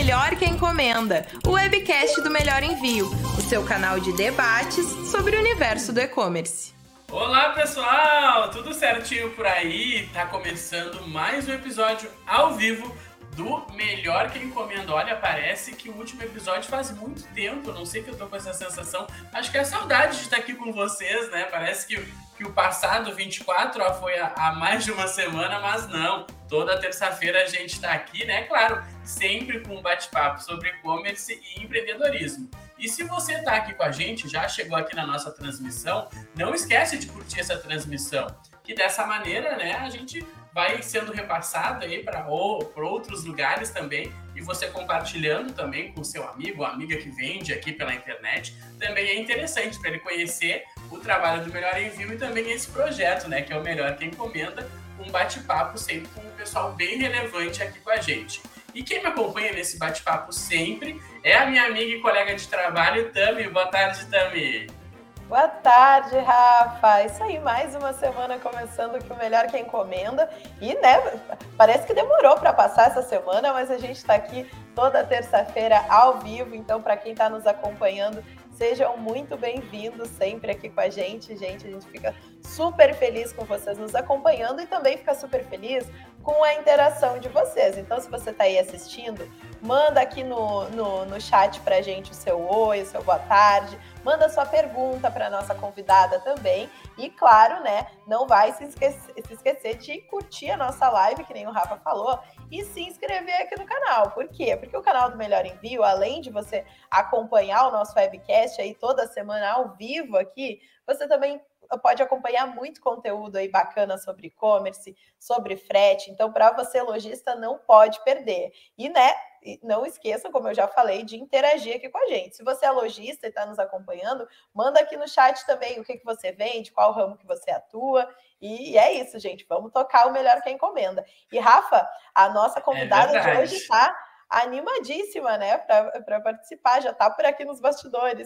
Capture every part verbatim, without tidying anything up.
Melhor que Encomenda, o webcast do Melhor Envio, o seu canal de debates sobre o universo do e-commerce. Olá pessoal, tudo certinho por aí? Tá começando mais um episódio ao vivo do Melhor que Encomenda. Olha, parece que o último episódio faz muito tempo, não sei que eu tô com essa sensação. Acho que é a saudade de estar aqui com vocês, né? Parece que, que o passado vinte e quatro ó, foi há, há mais de uma semana, mas não. Toda terça-feira a gente tá aqui, né? Claro, sempre com um bate-papo sobre e-commerce e empreendedorismo. E se você tá aqui com a gente, já chegou aqui na nossa transmissão, não esquece de curtir essa transmissão, que dessa maneira, né, a gente vai sendo repassado aí para outros lugares também, e você compartilhando também com seu amigo ou amiga que vende aqui pela internet, também é interessante para ele conhecer o trabalho do Melhor Envio e também esse projeto, né, que é o Melhor que Encomenda, um bate-papo sempre com um pessoal bem relevante aqui com a gente. E quem me acompanha nesse bate-papo sempre é a minha amiga e colega de trabalho, Tami. Boa tarde, Tami. Boa tarde, Rafa. Isso aí, mais uma semana começando com o Melhor que Encomenda. E, né, parece que demorou para passar essa semana, mas a gente está aqui toda terça-feira ao vivo. Então, para quem está nos acompanhando, sejam muito bem-vindos sempre aqui com a gente. Gente, a gente fica super feliz com vocês nos acompanhando e também fica super feliz com a interação de vocês. Então, se você está aí assistindo, manda aqui no, no, no chat para a gente o seu oi, o seu boa tarde. Manda sua pergunta para a nossa convidada também. E, claro, né, não vai se esquecer, se esquecer de curtir a nossa live, que nem o Rafa falou, e se inscrever aqui no canal. Por quê? Porque o canal do Melhor Envio, além de você acompanhar o nosso webcast aí toda semana ao vivo aqui, você também pode acompanhar muito conteúdo aí bacana sobre e-commerce, sobre frete. Então, para você, lojista, não pode perder. E, né, não esqueçam, como eu já falei, de interagir aqui com a gente. Se você é lojista e está nos acompanhando, manda aqui no chat também o que, que você vende, qual ramo que você atua. E é isso, gente. Vamos tocar o Melhor que Encomenda. E, Rafa, a nossa convidada é de hoje está animadíssima, né, para participar. Já está por aqui nos bastidores.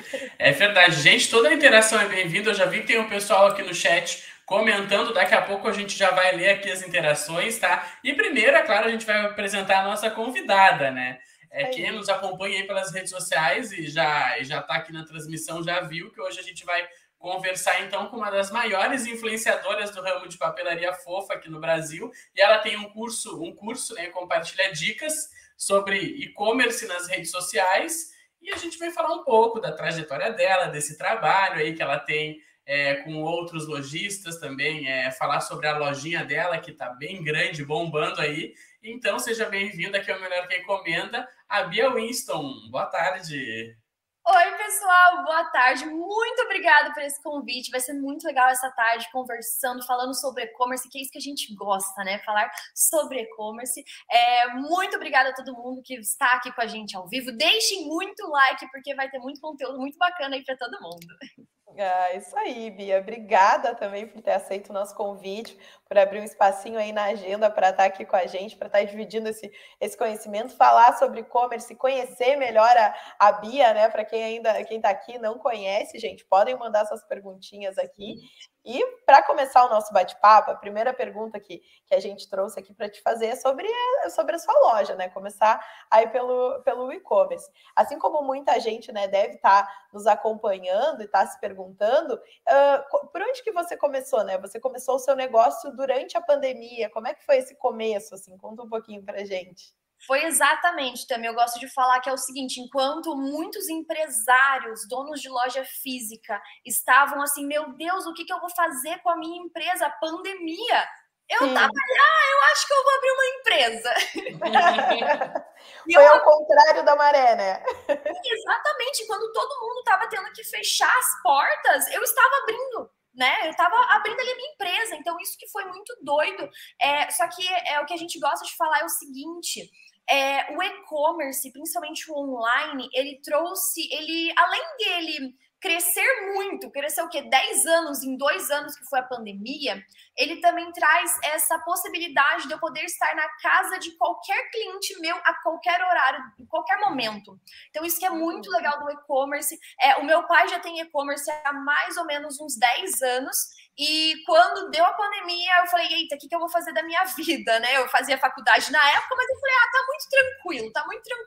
É verdade, gente, toda a interação é bem-vinda. Eu já vi que tem um pessoal aqui no chat comentando, daqui a pouco a gente já vai ler aqui as interações, tá? E primeiro, é claro, a gente vai apresentar a nossa convidada, né? É, quem nos acompanha aí pelas redes sociais e já, e já tá aqui na transmissão já viu que hoje a gente vai conversar então com uma das maiores influenciadoras do ramo de papelaria fofa aqui no Brasil, e ela tem um curso, um curso, né, compartilha dicas sobre e-commerce nas redes sociais. E a gente vai falar um pouco da trajetória dela, desse trabalho aí que ela tem é, com outros lojistas também, é, falar sobre a lojinha dela, que está bem grande, bombando aí. Então, seja bem-vinda aqui ao Melhor que Encomenda, a Bia Winston. Boa tarde. Oi, pessoal, boa tarde. Muito obrigada por esse convite. Vai ser muito legal essa tarde conversando, falando sobre e-commerce, que é isso que a gente gosta, né? Falar sobre e-commerce. É, muito obrigada a todo mundo que está aqui com a gente ao vivo. Deixem muito like, porque vai ter muito conteúdo muito bacana aí para todo mundo. Ah, isso aí, Bia. Obrigada também por ter aceito o nosso convite, por abrir um espacinho aí na agenda para estar aqui com a gente, para estar dividindo esse, esse conhecimento, falar sobre e-commerce, conhecer melhor a, a Bia, né? Para quem ainda quem está aqui não conhece, gente, podem mandar suas perguntinhas aqui. E para começar o nosso bate-papo, a primeira pergunta que, que a gente trouxe aqui para te fazer é sobre, sobre a sua loja, né? Começar aí pelo, pelo e-commerce. Assim como muita gente, né, deve estar nos acompanhando e estar se perguntando, uh, por onde que você começou, né? Você começou o seu negócio durante a pandemia. Como é que foi esse começo, assim? Conta um pouquinho pra gente. Foi exatamente, também. Eu gosto de falar que é o seguinte, enquanto muitos empresários, donos de loja física, estavam assim, meu Deus, o que, que eu vou fazer com a minha empresa? Pandemia. Eu Sim. tava, ah, eu acho que eu vou abrir uma empresa. Foi eu... ao contrário da maré, né? Exatamente, quando todo mundo estava tendo que fechar as portas, eu estava abrindo. Né? Eu estava abrindo ali a minha empresa, então isso que foi muito doido. É, só que é, o que a gente gosta de falar é o seguinte: é, o e-commerce, principalmente o online, ele trouxe, ele, além dele crescer muito, cresceu o quê? dez anos em dois anos que foi a pandemia, ele também traz essa possibilidade de eu poder estar na casa de qualquer cliente meu a qualquer horário, em qualquer momento. Então isso que é muito legal do e-commerce. É, o meu pai já tem e-commerce há mais ou menos uns dez anos, e quando deu a pandemia, eu falei, eita, o que, que eu vou fazer da minha vida, né? Eu fazia faculdade na época, mas eu falei, ah, tá muito tranquilo, tá muito tranquilo.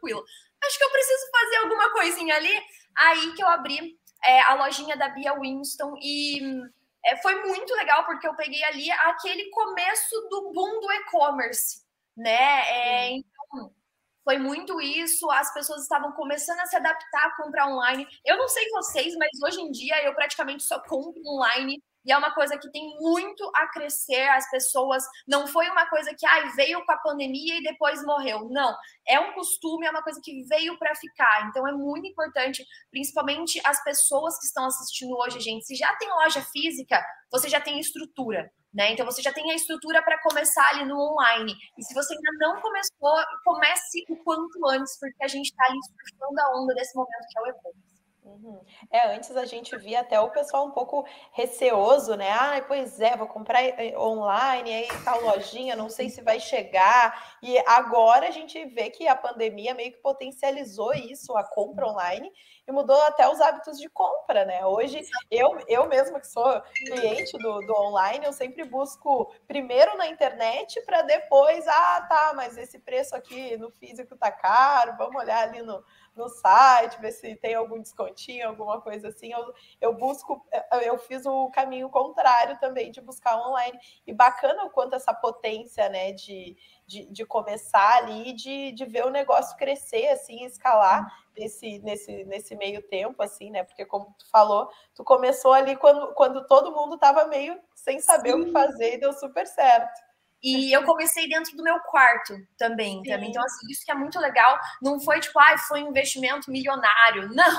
tranquilo. Acho que eu preciso fazer alguma coisinha ali. Aí que eu abri é, a lojinha da Bia Winston e é, foi muito legal porque eu peguei ali aquele começo do boom do e-commerce, né? É, então, foi muito isso, as pessoas estavam começando a se adaptar a comprar online. Eu não sei vocês, mas hoje em dia eu praticamente só compro online. E é uma coisa que tem muito a crescer, as pessoas, não foi uma coisa que ai, veio com a pandemia e depois morreu. Não, é um costume, é uma coisa que veio para ficar. Então é muito importante, principalmente as pessoas que estão assistindo hoje, gente. Se já tem loja física, você já tem estrutura, né? Então você já tem a estrutura para começar ali no online. E se você ainda não começou, comece o quanto antes, porque a gente está ali surfando a onda desse momento que é o e-commerce. Uhum. É, antes a gente via até o pessoal um pouco receoso, né? Ah, pois é, vou comprar online, aí tal lojinha, não sei se vai chegar. E agora a gente vê que a pandemia meio que potencializou isso, a compra online, e mudou até os hábitos de compra, né? Hoje, eu, eu mesma que sou cliente do, do online, eu sempre busco primeiro na internet para depois, ah, tá, mas esse preço aqui no físico tá caro, vamos olhar ali no no site, ver se tem algum descontinho, alguma coisa assim. Eu, eu busco, eu fiz o caminho contrário também de buscar online. E bacana o quanto essa potência, né, de, de, de começar ali, de, de ver o negócio crescer, assim, escalar nesse, nesse, nesse meio tempo, assim, né? Porque como tu falou, tu começou ali quando, quando todo mundo estava meio sem saber Sim. o que fazer e deu super certo. E eu comecei dentro do meu quarto também, também. Então, assim, isso que é muito legal. Não foi tipo, ah, foi um investimento milionário. Não,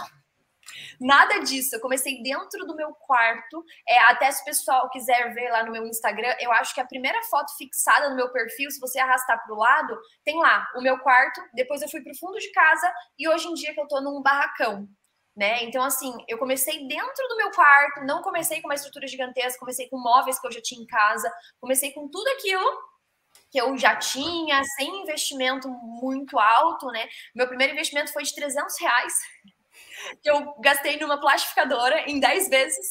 nada disso. Eu comecei dentro do meu quarto. É, até se o pessoal quiser ver lá no meu Instagram, eu acho que a primeira foto fixada no meu perfil, se você arrastar para o lado, tem lá o meu quarto. Depois eu fui para o fundo de casa e hoje em dia que eu tô num barracão. Né? Então, assim, eu comecei dentro do meu quarto, não comecei com uma estrutura gigantesca, comecei com móveis que eu já tinha em casa, comecei com tudo aquilo que eu já tinha, sem investimento muito alto, né? Meu primeiro investimento foi de trezentos reais, que eu gastei numa plastificadora em dez vezes.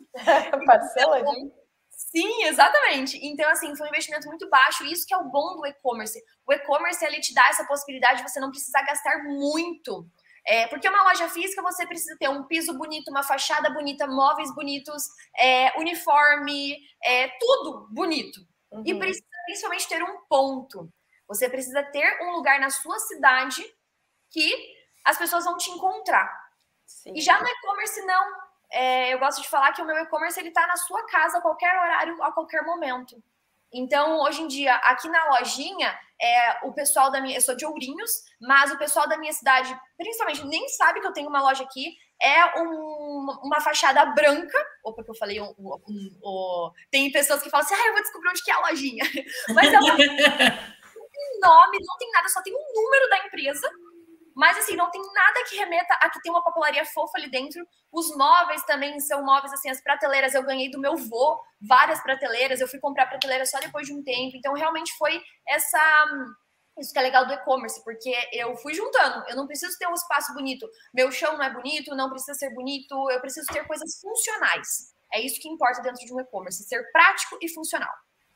Parcela de... Sim, exatamente. Então, assim, foi um investimento muito baixo. Isso que é o bom do e-commerce. O e-commerce, ele te dá essa possibilidade de você não precisar gastar muito. É, porque uma loja física você precisa ter um piso bonito, uma fachada bonita, móveis bonitos, é, uniforme, é, tudo bonito. Uhum. E precisa principalmente ter um ponto. Você precisa ter um lugar na sua cidade que as pessoas vão te encontrar. Sim. E já no e-commerce, não. É, eu gosto de falar que o meu e-commerce está na sua casa a qualquer horário, a qualquer momento. Então, hoje em dia, aqui na lojinha, é, o pessoal da minha... Eu sou de Ourinhos, mas o pessoal da minha cidade, principalmente, nem sabe que eu tenho uma loja aqui. É um, uma fachada branca. Opa, que eu falei... Um, um, um, um, tem pessoas que falam assim, ah, eu vou descobrir onde que é a lojinha. Mas é uma... não tem nome, não tem nada, só tem um número da empresa. Mas, assim, não tem nada que remeta a que tem uma papelaria fofa ali dentro. Os móveis também são móveis, assim, as prateleiras eu ganhei do meu vô, várias prateleiras. Eu fui comprar prateleira só depois de um tempo. Então, realmente foi essa... Isso que é legal do e-commerce, porque eu fui juntando. Eu não preciso ter um espaço bonito. Meu chão não é bonito, não precisa ser bonito. Eu preciso ter coisas funcionais. É isso que importa dentro de um e-commerce, ser prático e funcional.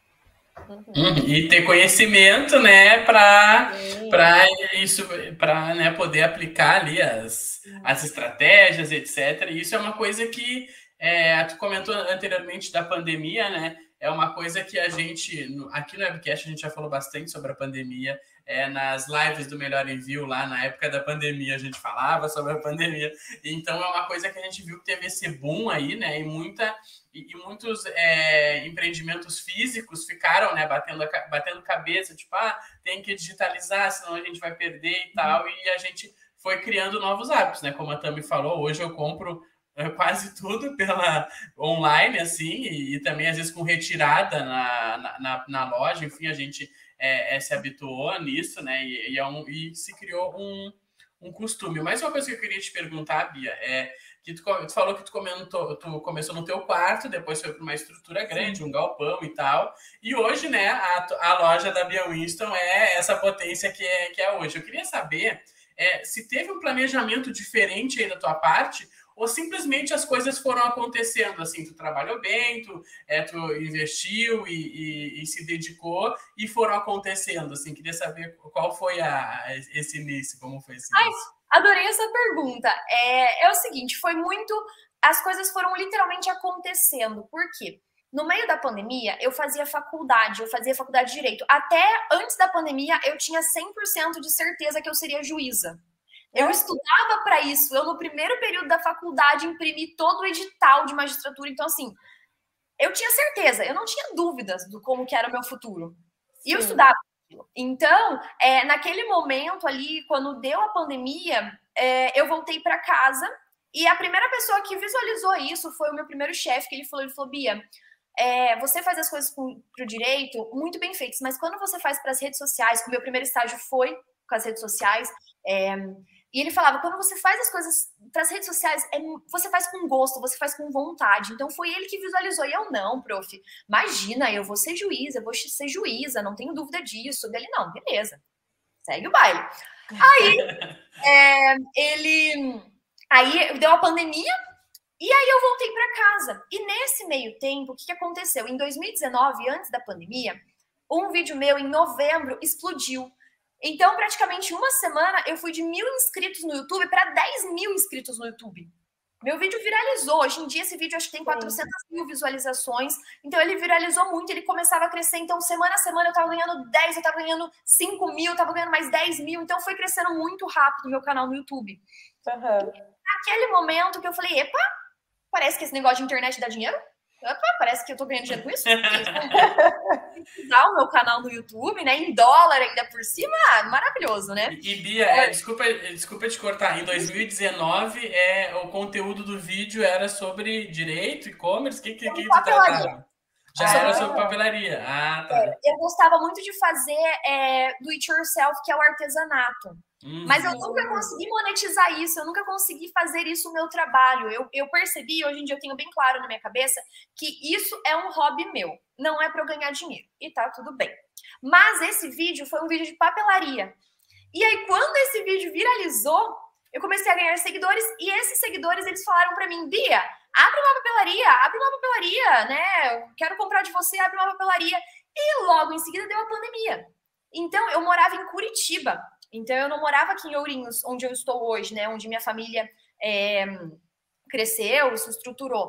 Uhum. E ter conhecimento, né, para para isso, para, né, poder aplicar ali as, as estratégias, etcétera. E isso é uma coisa que é, tu comentou anteriormente da pandemia, né? É uma coisa que a gente, aqui no Webcast, a gente já falou bastante sobre a pandemia. É, nas lives do Melhor Envio, lá na época da pandemia, a gente falava sobre a pandemia. Então, é uma coisa que a gente viu que teve esse boom aí, né? E, muita, e, e muitos é, empreendimentos físicos ficaram, né, batendo, batendo cabeça, tipo, ah, tem que digitalizar, senão a gente vai perder e tal. E a gente foi criando novos hábitos, né? Como a Tami falou, hoje eu compro quase tudo pela online, assim, e, e também às vezes com retirada na, na, na loja, enfim, a gente é, é, se habituou nisso, né, e, e, é um, e se criou um, um costume. Mas uma coisa que eu queria te perguntar, Bia, é que tu, tu falou que tu, comentou, tu começou no teu quarto, depois foi para uma estrutura grande, um galpão e tal, e hoje, né, a, a loja da Bia Winston é essa potência que é, que é hoje. Eu queria saber é, se teve um planejamento diferente aí da tua parte, ou simplesmente as coisas foram acontecendo, assim, tu trabalhou bem, tu, é, tu investiu e, e, e se dedicou e foram acontecendo, assim, queria saber qual foi a, esse início, como foi esse início. Ai, adorei essa pergunta. É, é o seguinte, foi muito, as coisas foram literalmente acontecendo, por quê? No meio da pandemia, eu fazia faculdade, eu fazia faculdade de Direito. Até antes da pandemia, eu tinha cem por cento de certeza que eu seria juíza. Eu estudava para isso. Eu, no primeiro período da faculdade, imprimi todo o edital de magistratura. Então, assim, eu tinha certeza, eu não tinha dúvidas do como que era o meu futuro. E eu estudava aquilo. Então, é, naquele momento ali, quando deu a pandemia, é, eu voltei para casa e a primeira pessoa que visualizou isso foi o meu primeiro chefe, que ele falou, ele falou, Bia, É, você faz as coisas para o direito muito bem feitas, mas quando você faz para as redes sociais, o meu primeiro estágio foi com as redes sociais, é, e ele falava, quando você faz as coisas para as redes sociais, é, você faz com gosto, você faz com vontade. Então foi ele que visualizou, e eu não, prof. Imagina, eu vou ser juíza, eu vou ser juíza, não tenho dúvida disso. Ele, não, beleza, segue o baile. Aí, é, ele... Aí deu a pandemia, e aí eu voltei para casa. E nesse meio tempo, o que, que aconteceu? Em dois mil e dezenove, antes da pandemia, um vídeo meu em novembro explodiu. Então, praticamente uma semana, eu fui de mil inscritos no YouTube para dez mil inscritos no YouTube. Meu vídeo viralizou. Hoje em dia, esse vídeo acho que tem quatrocentas mil visualizações. Então, ele viralizou muito, ele começava a crescer. Então, semana a semana, eu estava ganhando dez, eu estava ganhando cinco mil, eu estava ganhando mais dez mil. Então, foi crescendo muito rápido o meu canal no YouTube. Uhum. Naquele momento que eu falei, epa, parece que esse negócio de internet dá dinheiro. Opa, parece que eu tô ganhando dinheiro com isso. Usar o meu canal no YouTube, né? Em dólar ainda por cima, maravilhoso, né? E, e Bia, é, desculpa, desculpa te cortar. Em dois mil e dezenove, é, o conteúdo do vídeo era sobre direito, e-commerce? O que, que, que tu tratava? Já ah, era sobre papelaria. Ah, tá. É, eu gostava muito de fazer é, do it yourself, que é o artesanato. Uhum. Mas eu nunca consegui monetizar isso, eu nunca consegui fazer isso no meu trabalho. Eu, eu percebi, hoje em dia eu tenho bem claro na minha cabeça, que isso é um hobby meu, não é para eu ganhar dinheiro. E tá tudo bem. Mas esse vídeo foi um vídeo de papelaria. E aí, quando esse vídeo viralizou, eu comecei a ganhar seguidores, e esses seguidores, eles falaram para mim, Bia, abre uma papelaria, abre uma papelaria, né? Eu quero comprar de você, abre uma papelaria. E logo em seguida deu a pandemia. Então, eu morava em Curitiba. Então, eu não morava aqui em Ourinhos, onde eu estou hoje, né? Onde minha família é, cresceu, se estruturou.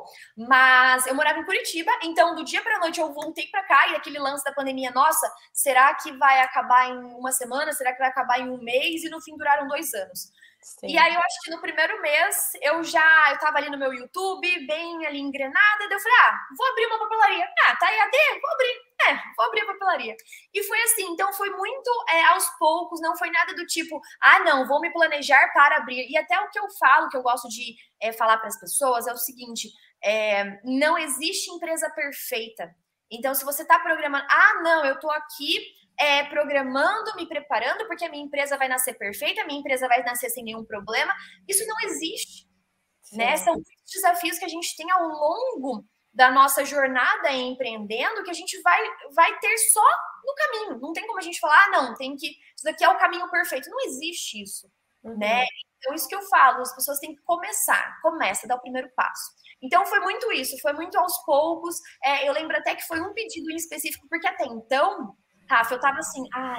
Mas eu morava em Curitiba, então, do dia para a noite, eu voltei para cá e aquele lance da pandemia, nossa, será que vai acabar em uma semana? Será que vai acabar em um mês? E no fim, duraram dois anos. Sim. E aí, eu acho que no primeiro mês, eu já, eu tava ali no meu YouTube, bem ali engrenada, daí eu falei, ah, vou abrir uma papelaria. Ah, tá E A D? Vou abrir. É, vou abrir a papelaria. E foi assim, então foi muito é, aos poucos, não foi nada do tipo, ah, não, vou me planejar para abrir. E até o que eu falo, que eu gosto de é, falar para as pessoas, é o seguinte, é, não existe empresa perfeita. Então, se você tá programando, ah, não, eu tô aqui é, programando, me preparando, porque a minha empresa vai nascer perfeita, a minha empresa vai nascer sem nenhum problema, isso não existe. Né? São muitos desafios que a gente tem ao longo da nossa jornada empreendendo, que a gente vai, vai ter só no caminho. Não tem como a gente falar, ah, não, tem que... Isso daqui é o caminho perfeito. Não existe isso, uhum. né? Então, isso que eu falo, as pessoas têm que começar. Começa, dá o primeiro passo. Então, foi muito isso. Foi muito aos poucos. É, eu lembro até que foi um pedido em específico, porque até então, Rafa, eu tava assim, ai...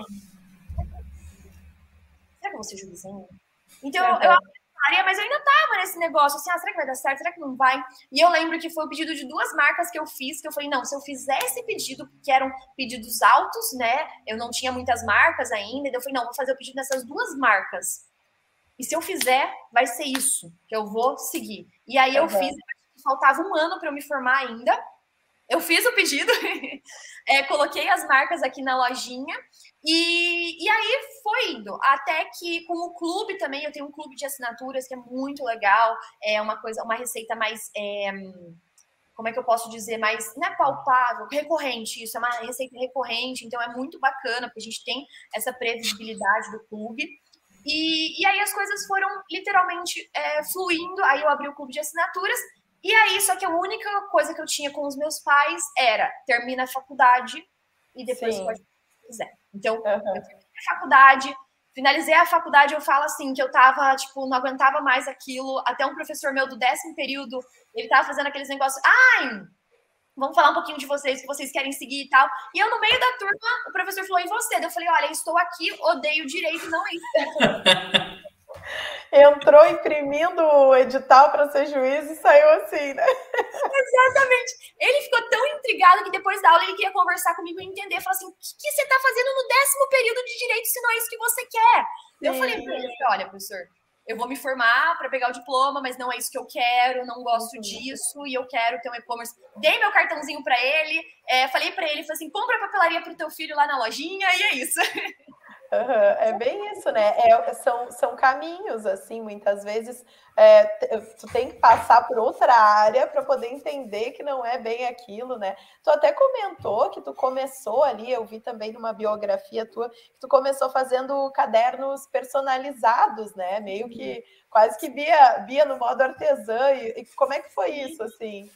Será que eu vou ser juizinha? Então, uhum. eu... eu mas eu ainda tava nesse negócio, assim, ah, será que vai dar certo? Será que não vai? E eu lembro que foi o pedido de duas marcas que eu fiz, que eu falei, não, se eu fizer esse pedido, que eram pedidos altos, né, eu não tinha muitas marcas ainda, eu falei, não, vou fazer o pedido nessas duas marcas. E se eu fizer, vai ser isso, que eu vou seguir. E aí eu uhum. fiz, faltava um ano para eu me formar ainda, eu fiz o pedido, é, coloquei as marcas aqui na lojinha, E, e aí foi indo, até que com o clube também, eu tenho um clube de assinaturas que é muito legal, é uma coisa, uma receita mais, é, como é que eu posso dizer, mais, não é palpável, recorrente, isso, é uma receita recorrente, então é muito bacana, porque a gente tem essa previsibilidade do clube, e, e aí as coisas foram literalmente é, fluindo, aí eu abri o clube de assinaturas, e aí, só que a única coisa que eu tinha com os meus pais era, termina a faculdade, e depois Sim. pode quiser. Então, uhum. eu terminei a faculdade, Finalizei a faculdade, eu falo assim, que eu tava, tipo, não aguentava mais aquilo. Até um professor meu do décimo período, ele tava fazendo aqueles negócios, ai, vamos falar um pouquinho de vocês, que vocês querem seguir e tal. E eu, no meio da turma, o professor falou, e você? Eu falei, olha, estou aqui, odeio direito, não é isso. Entrou imprimindo o edital para ser juiz e saiu assim, né? Exatamente. Ele ficou tão intrigado que depois da aula ele queria conversar comigo e entender. Falou assim, o que, que você está fazendo no décimo período de direito se não é isso que você quer? Sim. Eu falei para ele, olha, professor, eu vou me formar para pegar o diploma, mas não é isso que eu quero, não gosto uhum. disso, e eu quero ter um e-commerce. Dei meu cartãozinho para ele, é, falei para ele, falei assim, compra papelaria para o teu filho lá na lojinha, e é isso. Uhum, é bem isso, né? É, são, são caminhos, assim, muitas vezes é, tu tem que passar por outra área para poder entender que não é bem aquilo, né? Tu até comentou que tu começou ali, eu vi também numa biografia tua, que tu começou fazendo cadernos personalizados, né? Meio que quase que Bia, Bia no modo artesã. E, e como é que foi isso, assim?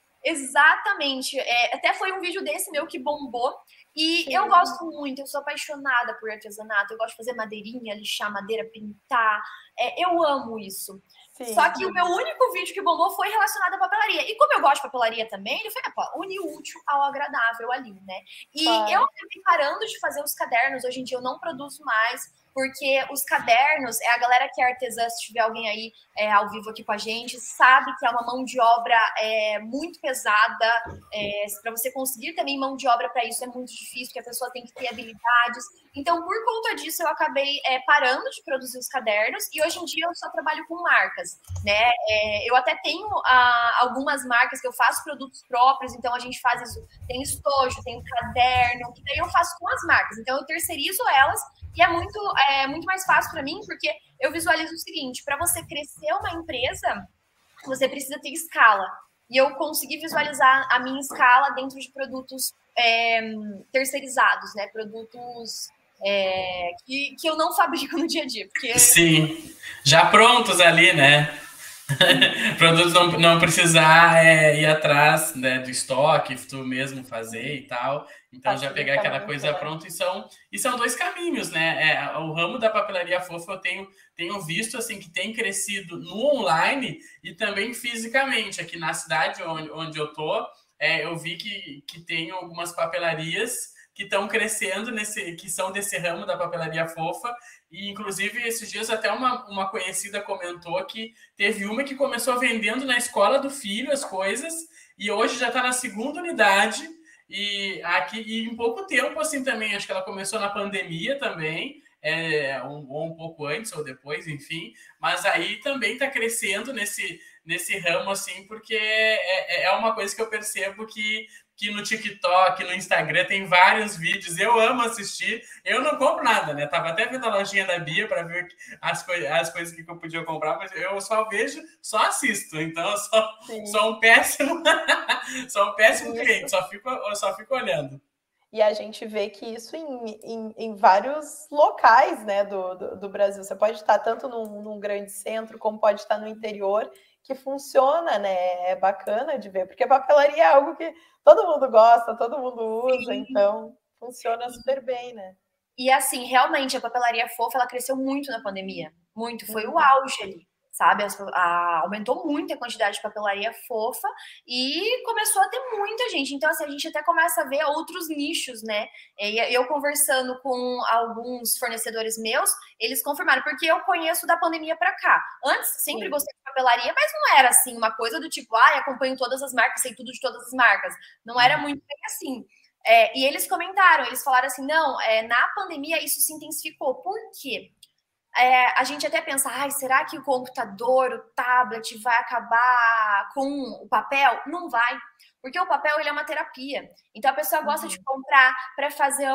Exatamente. É, até foi um vídeo desse meu que bombou. E Sim. eu gosto muito, eu sou apaixonada por artesanato, eu gosto de fazer madeirinha, lixar madeira, pintar, é, eu amo isso. Sim. Só que o meu único vídeo que bombou foi relacionado à papelaria. E como eu gosto de papelaria também, ele foi, pô, unir o útil ao agradável ali, né? E claro. Eu acabei parando de fazer os cadernos, hoje em dia eu não produzo mais, porque os cadernos, é a galera que é artesã, se tiver alguém aí é, ao vivo aqui com a gente, sabe que é uma mão de obra é, muito pesada. É, para você conseguir também mão de obra para isso é muito difícil, porque a pessoa tem que ter habilidades. Então, por conta disso, eu acabei é, parando de produzir os cadernos e hoje em dia eu só trabalho com marcas, né? É, eu até tenho ah, algumas marcas que eu faço produtos próprios, então a gente faz isso, tem estojo, tem caderno, que daí eu faço com as marcas. Então, eu terceirizo elas e é muito, é, muito mais fácil para mim, porque eu visualizo o seguinte, para você crescer uma empresa, você precisa ter escala. E eu consegui visualizar a minha escala dentro de produtos é, terceirizados, né? Produtos é, que, que eu não fabrico no dia a dia. Porque... Sim, já prontos ali, né? Produtos não, não precisar é, ir atrás, né, do estoque, tu mesmo fazer e tal. Então Facilita já pegar aquela coisa né? pronta e são, e são dois caminhos, né? É, o ramo da papelaria fofa eu tenho, tenho visto assim, que tem crescido no online e também fisicamente. Aqui na cidade onde, onde eu tô, é, eu vi que, que tem algumas papelarias que estão crescendo, nesse, que são desse ramo da papelaria fofa. E, inclusive, esses dias até uma, uma conhecida comentou que teve uma que começou vendendo na escola do filho as coisas e hoje já está na segunda unidade. E, aqui, e em pouco tempo, assim, também, acho que ela começou na pandemia também, é, um, ou um pouco antes ou depois, enfim. Mas aí também está crescendo nesse, nesse ramo, assim, porque é, é uma coisa que eu percebo que que no TikTok, no Instagram, tem vários vídeos. Eu amo assistir. Eu não compro nada, né? Tava até vendo a lojinha da Bia para ver as, coi as coisas que eu podia comprar, mas eu só vejo, só assisto. Então, eu sou, sou um péssimo, sou um péssimo cliente. Só fico, eu só fico olhando. E a gente vê que isso em, em, em vários locais, né, do, do, do Brasil. Você pode estar tanto num, num grande centro, como pode estar no interior, que funciona, né? É bacana de ver, porque a papelaria é algo que todo mundo gosta, todo mundo usa, Sim. Então funciona super bem, né? E assim, realmente, a papelaria fofa, ela cresceu muito na pandemia. Muito, foi uhum. o auge ali, sabe? A, a, aumentou muito a quantidade de papelaria fofa e começou a ter muita gente. Então, assim, a gente até começa a ver outros nichos, né? E eu conversando com alguns fornecedores meus, eles confirmaram, porque eu conheço da pandemia para cá. Antes, sempre Sim. gostei de papelaria, mas não era, assim, uma coisa do tipo, ah, acompanho todas as marcas, sei tudo de todas as marcas. Não era muito bem assim. É, e eles comentaram, eles falaram assim, não, é, na pandemia isso se intensificou. Por quê? É, a gente até pensa, ai, será que o computador, o tablet vai acabar com o papel? Não vai, porque o papel ele é uma terapia. Então a pessoa gosta uhum. de comprar para fazer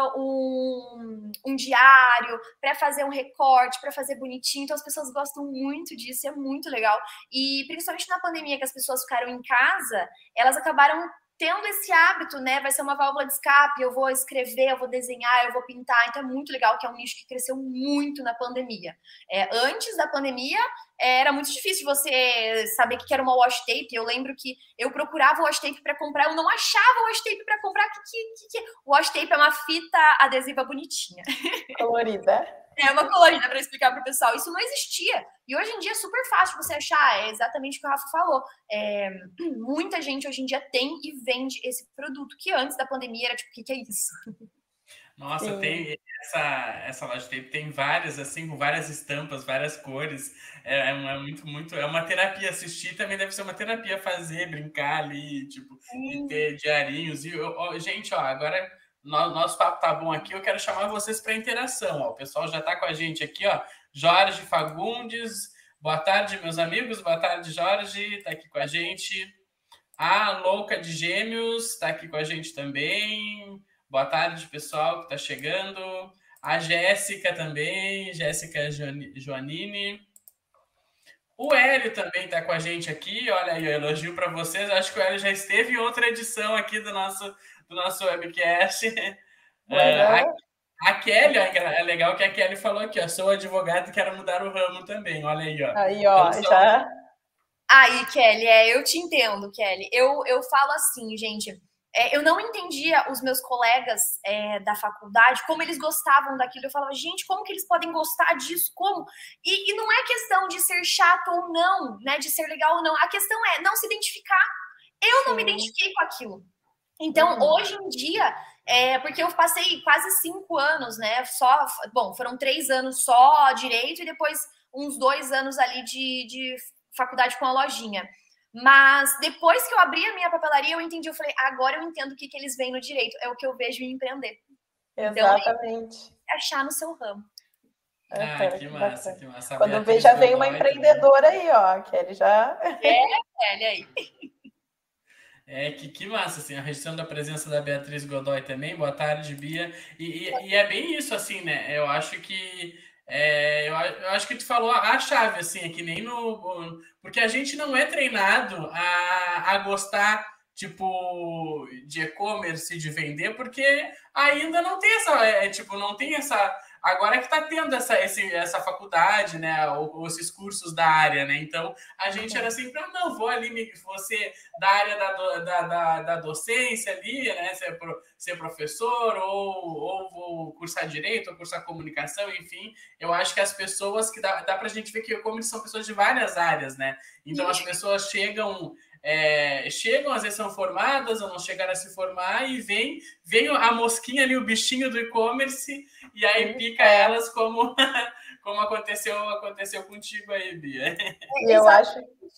um, um diário, para fazer um recorte, para fazer bonitinho. Então as pessoas gostam muito disso, é muito legal. E principalmente na pandemia que as pessoas ficaram em casa, elas acabaram tendo esse hábito, né? Vai ser uma válvula de escape, eu vou escrever, eu vou desenhar, eu vou pintar. Então é muito legal, que é um nicho que cresceu muito na pandemia. É, antes da pandemia, era muito difícil você saber o que era uma washi tape. Eu lembro que eu procurava washi tape para comprar, eu não achava washi tape para comprar. Que, que, que, que... Washi tape é uma fita adesiva bonitinha. Colorida. É uma colagem, dá para explicar para o pessoal. Isso não existia. E hoje em dia é super fácil você achar. É exatamente o que o Rafa falou. É, muita gente hoje em dia tem e vende esse produto, que antes da pandemia era tipo, o que, que é isso? Nossa, Sim. tem essa, essa loja tem, tem várias, assim, com várias estampas, várias cores. É, é uma- muito, muito. É uma terapia assistir, também deve ser uma terapia fazer, brincar ali, tipo, e ter diarinhos. E, eu- ó, gente, ó, agora no- nosso papo tá bom aqui, eu quero chamar vocês para interação. Ó. O pessoal já tá com a gente aqui, ó. Jorge Fagundes, boa tarde, meus amigos. Boa tarde, Jorge, tá aqui com a gente. A Louca de Gêmeos está aqui com a gente também. Boa tarde, pessoal que está chegando. A Jéssica também, Jéssica Joani- Joanini. O Hélio também está com a gente aqui. Olha aí, eu elogio para vocês. Acho que o Hélio já esteve em outra edição aqui do nosso, do nosso webcast. Ah, Bueno. a, a Kelly, ó, é legal que a Kelly falou aqui, ó. Sou advogado e quero mudar o ramo também. Olha aí, ó. Aí, Então, ó, são, já. Aí, Kelly, é, eu te entendo, Kelly. Eu, eu falo assim, gente. É, eu não entendia os meus colegas é, da faculdade, como eles gostavam daquilo. Eu falava, gente, como que eles podem gostar disso? Como? E, e não é questão de ser chato ou não, né? De ser legal ou não. A questão é não se identificar. Eu não me identifiquei com aquilo. Então, Uhum. hoje em dia, é, porque eu passei quase cinco anos, né? Só, bom, foram três anos só direito e depois uns dois anos ali de, de faculdade com a lojinha. Mas depois que eu abri a minha papelaria, eu entendi, eu falei, agora eu entendo o que, que eles veem no direito. É o que eu vejo em empreender. Então, Exatamente. é achar no seu ramo. ah, Uhum, que que massa, bacana. que massa. A Quando vê, Beatriz já vem uma Godoy também. empreendedora aí, ó, que ele já. É, olha aí. É, que, que massa, assim, a registrando a presença da Beatriz Godoy também. Boa tarde, Bia. E, e, e é bem isso, assim, né? Eu acho que. É, eu, a- eu acho que tu falou a chave, assim, é que nem no. Porque a gente não é treinado a, a gostar, tipo, de e-commerce, de vender, porque ainda não tem essa. É, tipo, não tem essa. Agora que tá tendo essa, esse, essa faculdade, né? Ou, ou esses cursos da área, né? Então a gente era sempre, ah, não, vou ali, me- você da área da, do- da, da, da docência ali, né? Ser, pro- ser professor, ou, ou vou cursar direito, ou cursar comunicação, enfim. Eu acho que as pessoas que dá, dá pra gente ver que como eles são pessoas de várias áreas, né? Então as pessoas chegam. é, chegam, às vezes são formadas ou não chegaram a se formar e vem, vem a mosquinha ali, o bichinho do e-commerce, e aí pica É. elas como, como aconteceu, aconteceu contigo aí, Bia. E eu acho.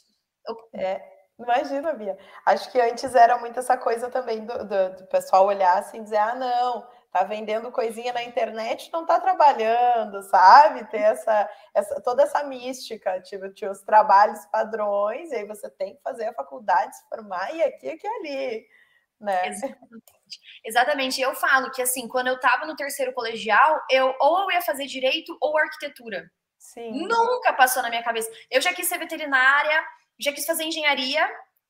É, imagina, Bia. Acho que antes era muito essa coisa também do, do, do pessoal olhar assim e dizer, ah, não, tá vendendo coisinha na internet, não tá trabalhando, sabe? Ter essa, essa toda essa mística, tipo, tinha os trabalhos padrões, e aí você tem que fazer a faculdade, se formar, e aqui, aqui, ali, né? Exatamente. Exatamente. Eu falo que, assim, quando eu tava no terceiro colegial, eu ou eu ia fazer direito ou arquitetura. Sim. Nunca passou na minha cabeça. Eu já quis ser veterinária, já quis fazer engenharia,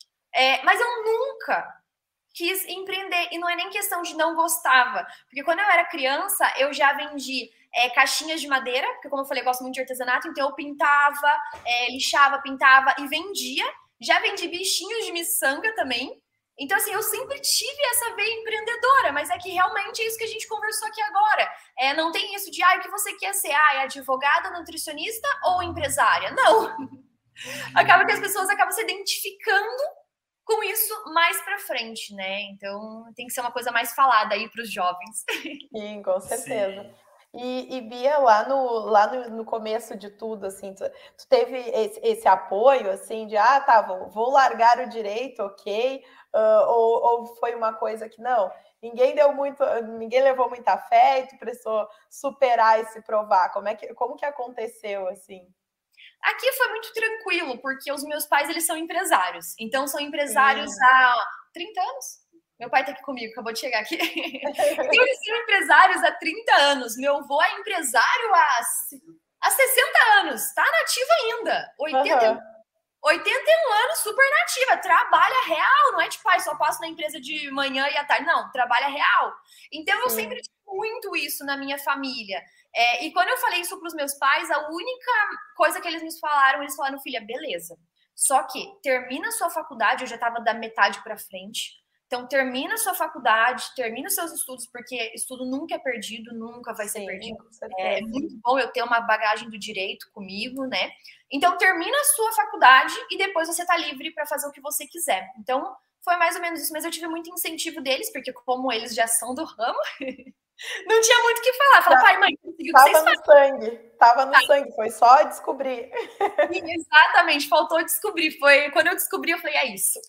é, mas eu nunca quis empreender. E não é nem questão de não gostava. Porque quando eu era criança, eu já vendi é, caixinhas de madeira, porque como eu falei, eu gosto muito de artesanato, então eu pintava, é, lixava, pintava e vendia. Já vendi bichinhos de miçanga também. Então, assim, eu sempre tive essa veia empreendedora, mas é que realmente é isso que a gente conversou aqui agora. É, não tem isso de, ah, o que você quer ser? Ah, é advogada, nutricionista ou empresária? Não. Acaba que as pessoas acabam se identificando com isso mais pra frente, né? Então, tem que ser uma coisa mais falada aí pros jovens. Sim, com certeza. Sim. E, e Bia, lá, no, lá no, no começo de tudo, assim, tu, tu teve esse, esse apoio, assim, de, ah, tá, vou, vou largar o direito, ok, uh, ou, ou foi uma coisa que, não, ninguém deu muito, ninguém levou muita fé e tu precisou superar e se provar, como é que, como que aconteceu, assim? Aqui foi muito tranquilo, porque os meus pais, eles são empresários, então são empresários Sim. há trinta anos. Meu pai tá aqui comigo, acabou de chegar aqui. Então, eles são empresários há trinta anos. Meu avô é empresário há, há sessenta anos. Tá nativo ainda. oitenta, uhum. oitenta e um anos, super nativa. Trabalha real. Não é tipo, pai, só passo na empresa de manhã e à tarde. Não, trabalha real. Então, eu Sim. sempre tive muito isso na minha família. É, e quando eu falei isso pros meus pais, a única coisa que eles me falaram, eles falaram, filha, beleza. Só que termina a sua faculdade, eu já tava da metade pra frente. Então, termina a sua faculdade, termina os seus estudos, porque estudo nunca é perdido, nunca vai ser Sim, perdido. com certeza. É muito bom eu ter uma bagagem do direito comigo, né? Então, termina a sua faculdade e depois você tá livre para fazer o que você quiser. Então, foi mais ou menos isso, mas eu tive muito incentivo deles, porque como eles já são do ramo, não tinha muito o que falar. Falar, pai, mãe, consegui o que vocês Tava no sangue, tava no sangue, foi só descobrir. Sim, exatamente, faltou descobrir. Foi quando eu descobri, eu falei, é isso.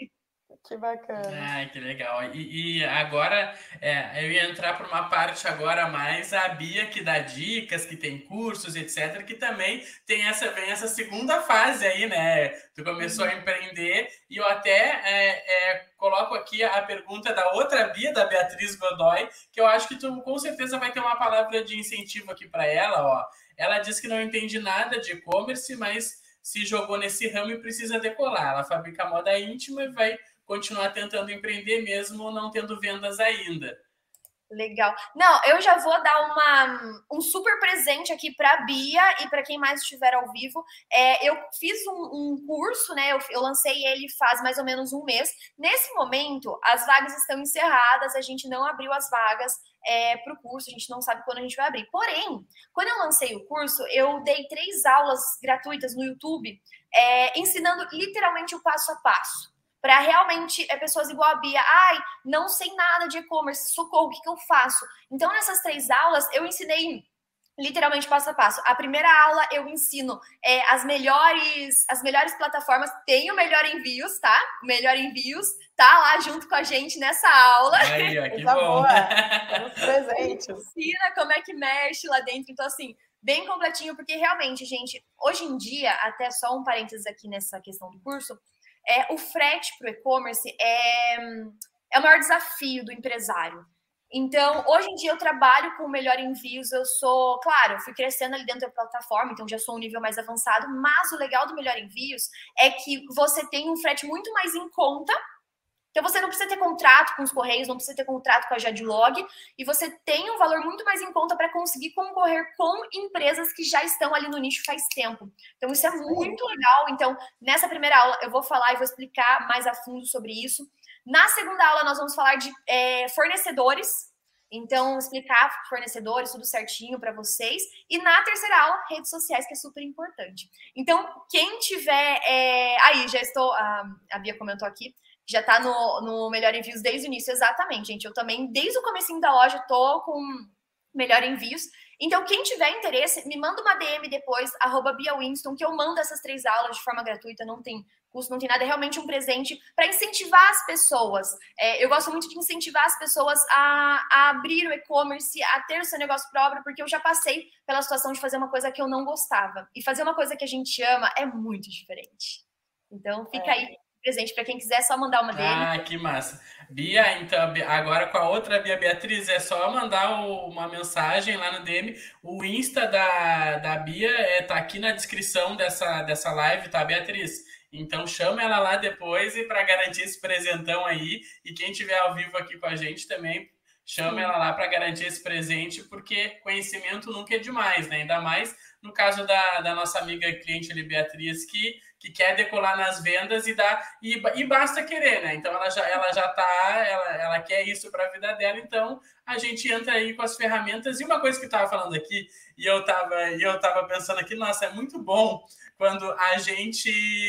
Que bacana. Ai, que legal. E, e agora, é, eu ia entrar para uma parte agora mais a Bia, que dá dicas, que tem cursos, etcétera, que também tem essa, vem essa segunda fase aí, né? Tu começou uhum. a empreender e eu até é, é, coloco aqui a pergunta da outra Bia, da Beatriz Godoy, que eu acho que tu com certeza vai ter uma palavra de incentivo aqui para ela, ó. Ela diz que não entende nada de e-commerce, mas se jogou nesse ramo e precisa decolar. Ela fabrica moda íntima e vai continuar tentando empreender mesmo não tendo vendas ainda. Legal. Não, eu já vou dar uma, um super presente aqui para a Bia e para quem mais estiver ao vivo. É, eu fiz um, um curso, né? Eu, eu lancei ele faz mais ou menos um mês. Nesse momento, as vagas estão encerradas, a gente não abriu as vagas é, para o curso, a gente não sabe quando a gente vai abrir. Porém, quando eu lancei o curso, eu dei três aulas gratuitas no YouTube, é, ensinando literalmente o passo a passo. Para realmente é, pessoas igual a Bia, ai, não sei nada de e-commerce, socorro, o que, que eu faço? Então, nessas três aulas, eu ensinei literalmente passo a passo. A primeira aula eu ensino é, as melhores as melhores plataformas, tem o Melhor Envios, tá? O Melhor Envios tá lá junto com a gente nessa aula. Aí, ó, que bom. Os presentes. Ensina como é que mexe lá dentro, então assim, bem completinho, porque realmente, gente, hoje em dia, até só um parênteses aqui nessa questão do curso, É, o frete para o e-commerce é, é o maior desafio do empresário. Então, hoje em dia eu trabalho com o Melhor Envios, eu sou, claro, eu fui crescendo ali dentro da plataforma, então já sou um nível mais avançado, mas o legal do Melhor Envios é que você tem um frete muito mais em conta. Então, você não precisa ter contrato com os Correios, não precisa ter contrato com a Jadlog, e você tem um valor muito mais em conta para conseguir concorrer com empresas que já estão ali no nicho faz tempo. Então, isso é muito legal. Então, nessa primeira aula, eu vou falar e vou explicar mais a fundo sobre isso. Na segunda aula, nós vamos falar de é, fornecedores. Então, explicar fornecedores, tudo certinho para vocês. E na terceira aula, redes sociais, que é super importante. Então, quem tiver... É... Aí, já estou... A, a Bia comentou aqui. Já tá no, no Melhor Envios desde o início, exatamente, gente. Eu também, desde o comecinho da loja, tô com Melhor Envios. Então, quem tiver interesse, me manda uma D M depois, arroba Bia Winston, que eu mando essas três aulas de forma gratuita, não tem custo, não tem nada, é realmente um presente para incentivar as pessoas. É, eu gosto muito de incentivar as pessoas a, a abrir o e-commerce, a ter o seu negócio próprio, porque eu já passei pela situação de fazer uma coisa que eu não gostava. E fazer uma coisa que a gente ama é muito diferente. Então, fica é. aí. Presente para quem quiser, é só mandar uma D M. Ah, que massa. Bia, então, agora com a outra Bia Beatriz, é só mandar o, uma mensagem lá no D M. O Insta da, da Bia é, tá aqui na descrição dessa, dessa live, tá, Beatriz? Então chama ela lá depois e para garantir esse presentão aí. E quem estiver ao vivo aqui com a gente também, chama ela lá para garantir esse presente, porque conhecimento nunca é demais, né? Ainda mais no caso da, da nossa amiga cliente ali, Beatriz, que, que quer decolar nas vendas e, dá, e, e basta querer, né? Então ela já, ela já tá, ela, ela quer isso para a vida dela, então a gente entra aí com as ferramentas. E uma coisa que eu estava falando aqui, e eu estava e eu tava pensando aqui, nossa, é muito bom quando a gente...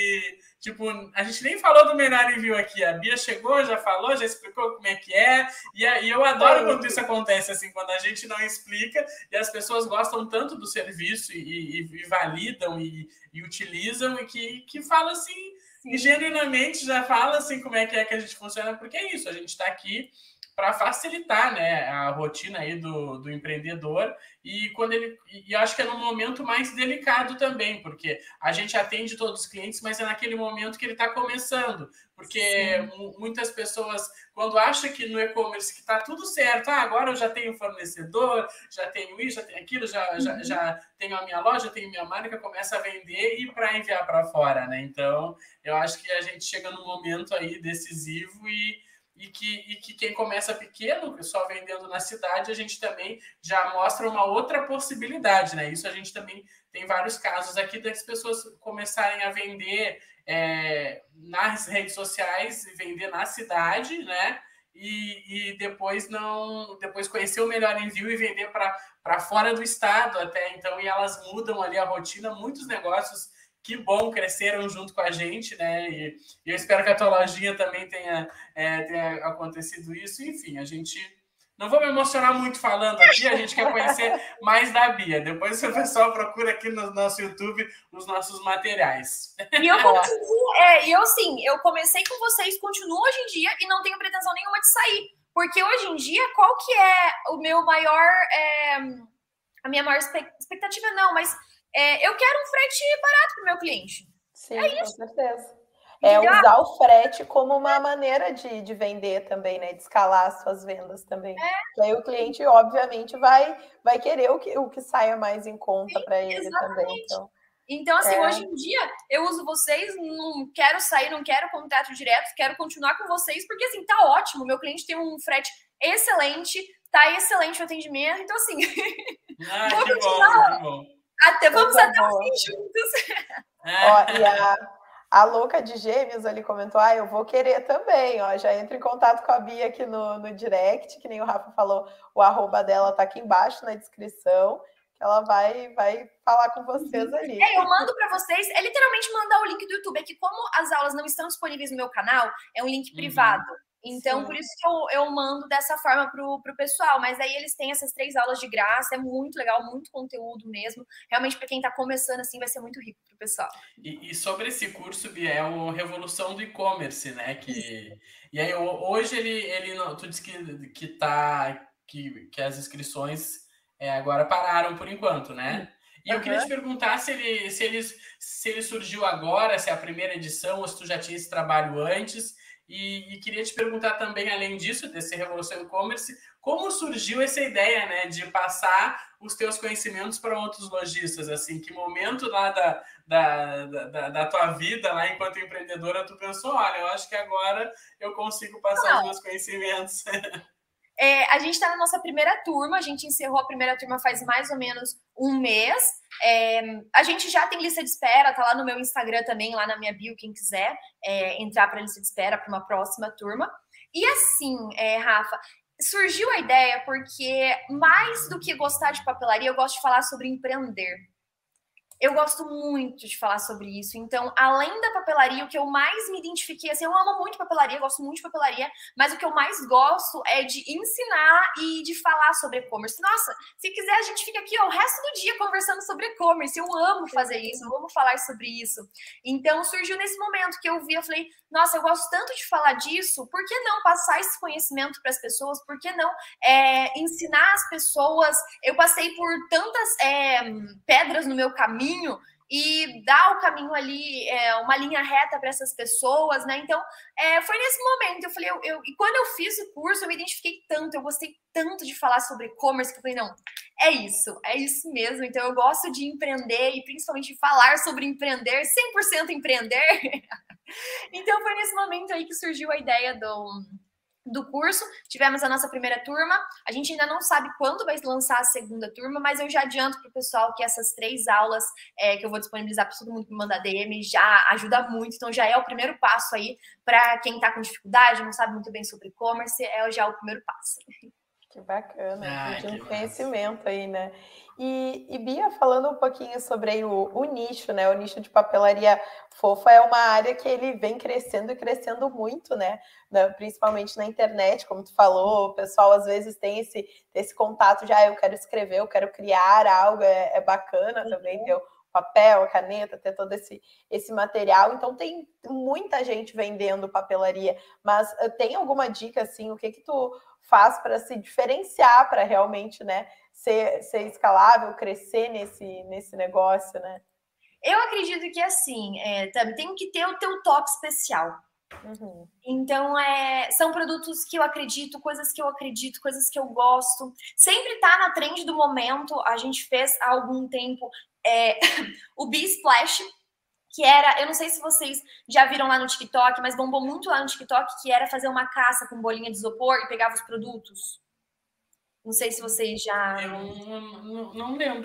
Tipo, a gente nem falou do Melhor Envio aqui. A Bia chegou, já falou, já explicou como é que é. E, e eu adoro quando isso acontece, assim, quando a gente não explica e as pessoas gostam tanto do serviço e, e, e validam e, e utilizam e que, que falam assim, e genuinamente já fala assim como é que é que a gente funciona, porque é isso, a gente está aqui para facilitar, né, a rotina aí do, do empreendedor e quando ele e eu acho que é no momento mais delicado também, porque a gente atende todos os clientes, mas é naquele momento que ele está começando, porque Sim. muitas pessoas quando acham que no e-commerce que está tudo certo, ah, agora eu já tenho fornecedor, já tenho isso, já tenho aquilo, já, uhum. já, já tenho a minha loja, tenho minha marca, começa a vender e para enviar para fora, né? Então eu acho que a gente chega num momento aí decisivo e E que, e que quem começa pequeno, só vendendo na cidade, a gente também já mostra uma outra possibilidade, né? Isso a gente também tem vários casos aqui das pessoas começarem a vender é, nas redes sociais e vender na cidade, né? E, e depois não depois conhecer o Melhor Envio e vender para fora do estado até então, e elas mudam ali a rotina. Muitos negócios, que bom, cresceram junto com a gente, né? E, e eu espero que a tua lojinha também tenha, é, tenha acontecido isso. Enfim, a gente não vou me emocionar muito falando aqui, a gente quer conhecer mais da Bia. Depois o pessoal procura aqui no nosso YouTube os nossos materiais. E eu continuo, é, eu sim, eu comecei com vocês, continuo hoje em dia e não tenho pretensão nenhuma de sair. Porque hoje em dia, qual que é o meu maior, é, a minha maior expectativa? Não, mas é, eu quero um frete barato para o meu cliente. Sim, é com certeza. É usar o frete como uma maneira de, de vender também, né? De escalar as suas vendas também. É. Que aí o cliente, obviamente, vai, vai querer o que, o que saia mais em conta para ele exatamente. Também. Então, então assim, é... hoje em dia, eu uso vocês, não quero sair, não quero contato direto, quero continuar com vocês, porque assim, tá ótimo, meu cliente tem um frete excelente, tá excelente o atendimento, então assim... Ah, que bom, que bom. Até, vamos até o fim juntos. Ó, e a... A louca de Gêmeos ali comentou, ah, eu vou querer também, ó, já entra em contato com a Bia aqui no, no direct, que nem o Rafa falou, o arroba dela tá aqui embaixo na descrição, que ela vai, vai falar com vocês ali. É, eu mando para vocês, é literalmente mandar o link do YouTube, é que como as aulas não estão disponíveis no meu canal, é um link privado. Uhum. Então, Sim. por isso que eu, eu mando dessa forma pro, pro pessoal. Mas aí eles têm essas três aulas de graça, é muito legal, muito conteúdo mesmo. Realmente, para quem tá começando assim, vai ser muito rico pro pessoal. E, e sobre esse curso, Bia, é o Revolução do E-Commerce, né? Que, e aí, hoje ele, ele tu disse que, que, tá, que, que as inscrições é, agora pararam por enquanto, né? E eu queria te perguntar se ele, se, ele, se ele surgiu agora, se é a primeira edição, ou se tu já tinha esse trabalho antes. E, e queria te perguntar também, além disso, desse Revolução E-Commerce, como surgiu essa ideia, né, de passar os teus conhecimentos para outros lojistas? Assim, que momento lá da, da, da, da tua vida, lá enquanto empreendedora, tu pensou, olha, eu acho que agora eu consigo passar Não. os meus conhecimentos. É, a gente está na nossa primeira turma, a gente encerrou a primeira turma faz mais ou menos um mês. É, a gente já tem lista de espera, tá lá no meu Instagram também, lá na minha bio, quem quiser é, entrar para a lista de espera para uma próxima turma. E assim, é, Rafa, surgiu a ideia porque mais do que gostar de papelaria, eu gosto de falar sobre empreender. Eu gosto muito de falar sobre isso. Então, além da papelaria, o que eu mais me identifiquei, assim, eu amo muito papelaria, gosto muito de papelaria, mas o que eu mais gosto é de ensinar e de falar sobre e-commerce. Nossa, se quiser, a gente fica aqui ó, o resto do dia conversando sobre e-commerce. Eu amo fazer isso, eu amo falar sobre isso. Então, surgiu nesse momento que eu vi, eu falei, nossa, eu gosto tanto de falar disso, por que não passar esse conhecimento para as pessoas? Por que não é, ensinar as pessoas? Eu passei por tantas é, pedras no meu caminho, e dar o caminho ali, é, uma linha reta para essas pessoas, né? Então, é, foi nesse momento, eu falei, eu, eu, e quando eu fiz o curso, eu me identifiquei tanto, eu gostei tanto de falar sobre e-commerce, que eu falei, não, é isso, é isso mesmo. Então, eu gosto de empreender e principalmente de falar sobre empreender, cem por cento empreender. Então, foi nesse momento aí que surgiu a ideia do... do curso, tivemos a nossa primeira turma, a gente ainda não sabe quando vai lançar a segunda turma, mas eu já adianto para o pessoal que essas três aulas é, que eu vou disponibilizar para todo mundo que me mandar D M já ajuda muito, então já é o primeiro passo aí para quem está com dificuldade, não sabe muito bem sobre e-commerce, é já o primeiro passo. Que bacana, ah, de um que conhecimento massa. Aí, né? E, e Bia, falando um pouquinho sobre aí o, o nicho, né? O nicho de papelaria fofa é uma área que ele vem crescendo e crescendo muito, né? Na, principalmente na internet, como tu falou, o pessoal às vezes tem esse, esse contato de, ah, eu quero escrever, eu quero criar algo, é, é bacana uhum. também ter o papel, a caneta, ter todo esse, esse material. Então, tem muita gente vendendo papelaria, mas uh, tem alguma dica, assim, o que que tu faz para se diferenciar, para realmente, né, ser, ser escalável, crescer nesse, nesse negócio, né? Eu acredito que, assim, é, tem que ter o teu toque especial. Uhum. Então, é, são produtos que eu acredito, coisas que eu acredito, coisas que eu gosto. Sempre tá na trend do momento. A gente fez há algum tempo é, o Bee Splash, que era, eu não sei se vocês já viram lá no TikTok, mas bombou muito lá no TikTok, que era fazer uma caça com bolinha de isopor e pegava os produtos. Não sei se vocês já... Eu não, não, não lembro.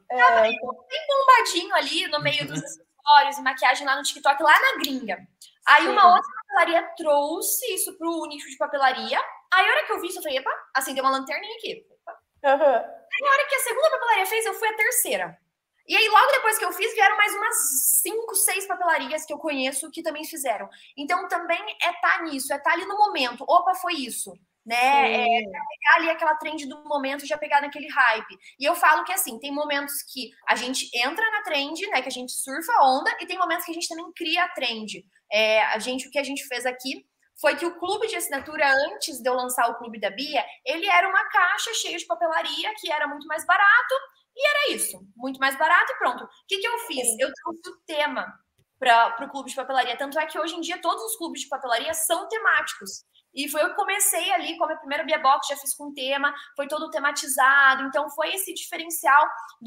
É, bem bombadinho ali no meio dos acessórios e maquiagem lá no TikTok, lá na gringa. Aí sim. uma outra papelaria trouxe isso pro nicho de papelaria. Aí a hora que eu vi isso, eu falei, epa, acendeu uma lanterninha aqui. Uhum. Aí a hora que a segunda papelaria fez, eu fui a terceira. E aí, logo depois que eu fiz, vieram mais umas cinco, seis papelarias que eu conheço que também fizeram. Então, também é estar nisso, é estar ali no momento. Opa, foi isso, né? É pegar ali aquela trend do momento e já pegar naquele hype. E eu falo que, assim, tem momentos que a gente entra na trend, né? Que a gente surfa a onda, e tem momentos que a gente também cria a trend. É, a gente, o que a gente fez aqui foi que o clube de assinatura, antes de eu lançar o Clube da Bia, ele era uma caixa cheia de papelaria, que era muito mais barato, e era isso, muito mais barato e pronto. O que, que eu fiz? Eu trouxe o tema para o clube de papelaria, tanto é que hoje em dia todos os clubes de papelaria são temáticos. E foi eu que comecei ali, como a primeira Bia Box, já fiz com tema, foi todo tematizado, então foi esse diferencial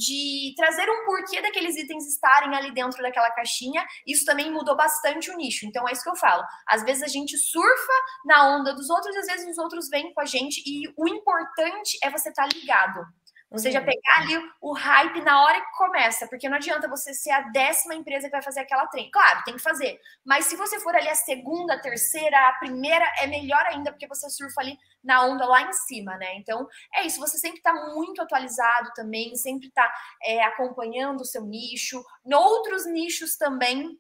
de trazer um porquê daqueles itens estarem ali dentro daquela caixinha. Isso também mudou bastante o nicho, então é isso que eu falo. Às vezes a gente surfa na onda dos outros, às vezes os outros vêm com a gente, e o importante é você estar ligado. Você já pegar ali o hype na hora que começa, porque não adianta você ser a décima empresa que vai fazer aquela trend. Claro, tem que fazer, mas se você for ali a segunda, a terceira, a primeira, é melhor ainda, porque você surfa ali na onda lá em cima, né? Então, é isso, você sempre tá muito atualizado também, sempre tá é, acompanhando o seu nicho. Em outros nichos também,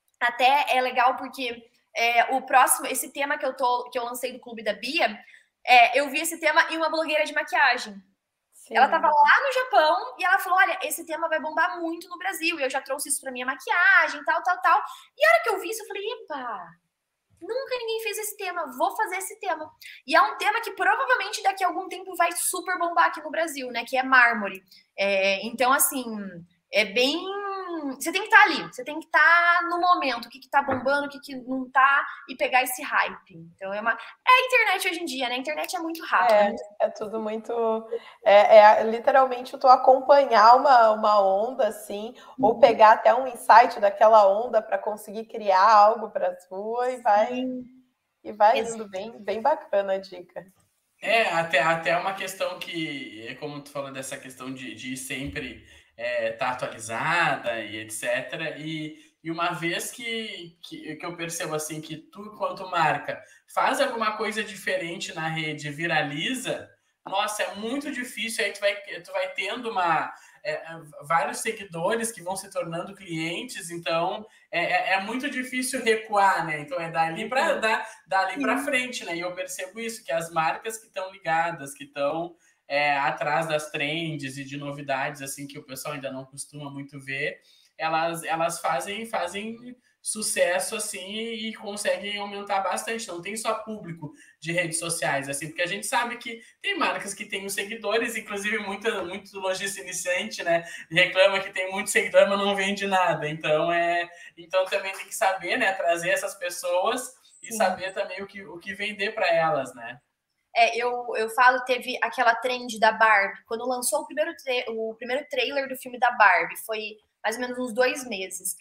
até é legal, porque é, o próximo, esse tema que eu, tô, que eu lancei do Clube da Bia, é, eu vi esse tema em uma blogueira de maquiagem. Sim. Ela estava lá no Japão e ela falou, olha, esse tema vai bombar muito no Brasil. E eu já trouxe isso para minha maquiagem, tal, tal, tal. E a hora que eu vi isso, eu falei, epa, nunca ninguém fez esse tema, vou fazer esse tema. E é um tema que provavelmente daqui a algum tempo vai super bombar aqui no Brasil, né? Que é mármore. É, então, assim, é bem... Você tem que estar ali, você tem que estar no momento, o que está bombando, o que, que não tá, e pegar esse hype. Então, é uma... É a internet hoje em dia, né? A internet é muito rápida. É, muito... é tudo muito... É, é literalmente tu acompanhar uma, uma onda, assim, uhum. ou pegar até um insight daquela onda para conseguir criar algo para tua, e vai, e vai indo bem, bem bacana a dica. É, até, até uma questão que, é como tu falou dessa questão de, de sempre... É, tá atualizada e etcétera. E, e uma vez que, que, que eu percebo assim que tu, quanto marca, faz alguma coisa diferente na rede, viraliza, nossa, é muito difícil. Aí tu vai, tu vai tendo uma, é, vários seguidores que vão se tornando clientes, então é, é muito difícil recuar, né? Então é dali para dar, dali para frente, né? E eu percebo isso, que as marcas que estão ligadas, que estão É, atrás das trends e de novidades assim que o pessoal ainda não costuma muito ver, elas, elas fazem, fazem sucesso assim e conseguem aumentar bastante. Não tem só público de redes sociais, assim, porque a gente sabe que tem marcas que têm os seguidores, inclusive muito, muito lojista iniciante, né, reclama que tem muito seguidor, mas não vende nada. Então, é, então também tem que saber, né, trazer essas pessoas e Sim. saber também o que, o que vender para elas, né? É, eu, eu falo, teve aquela trend da Barbie, quando lançou o primeiro, o primeiro trailer do filme da Barbie, foi mais ou menos uns dois meses.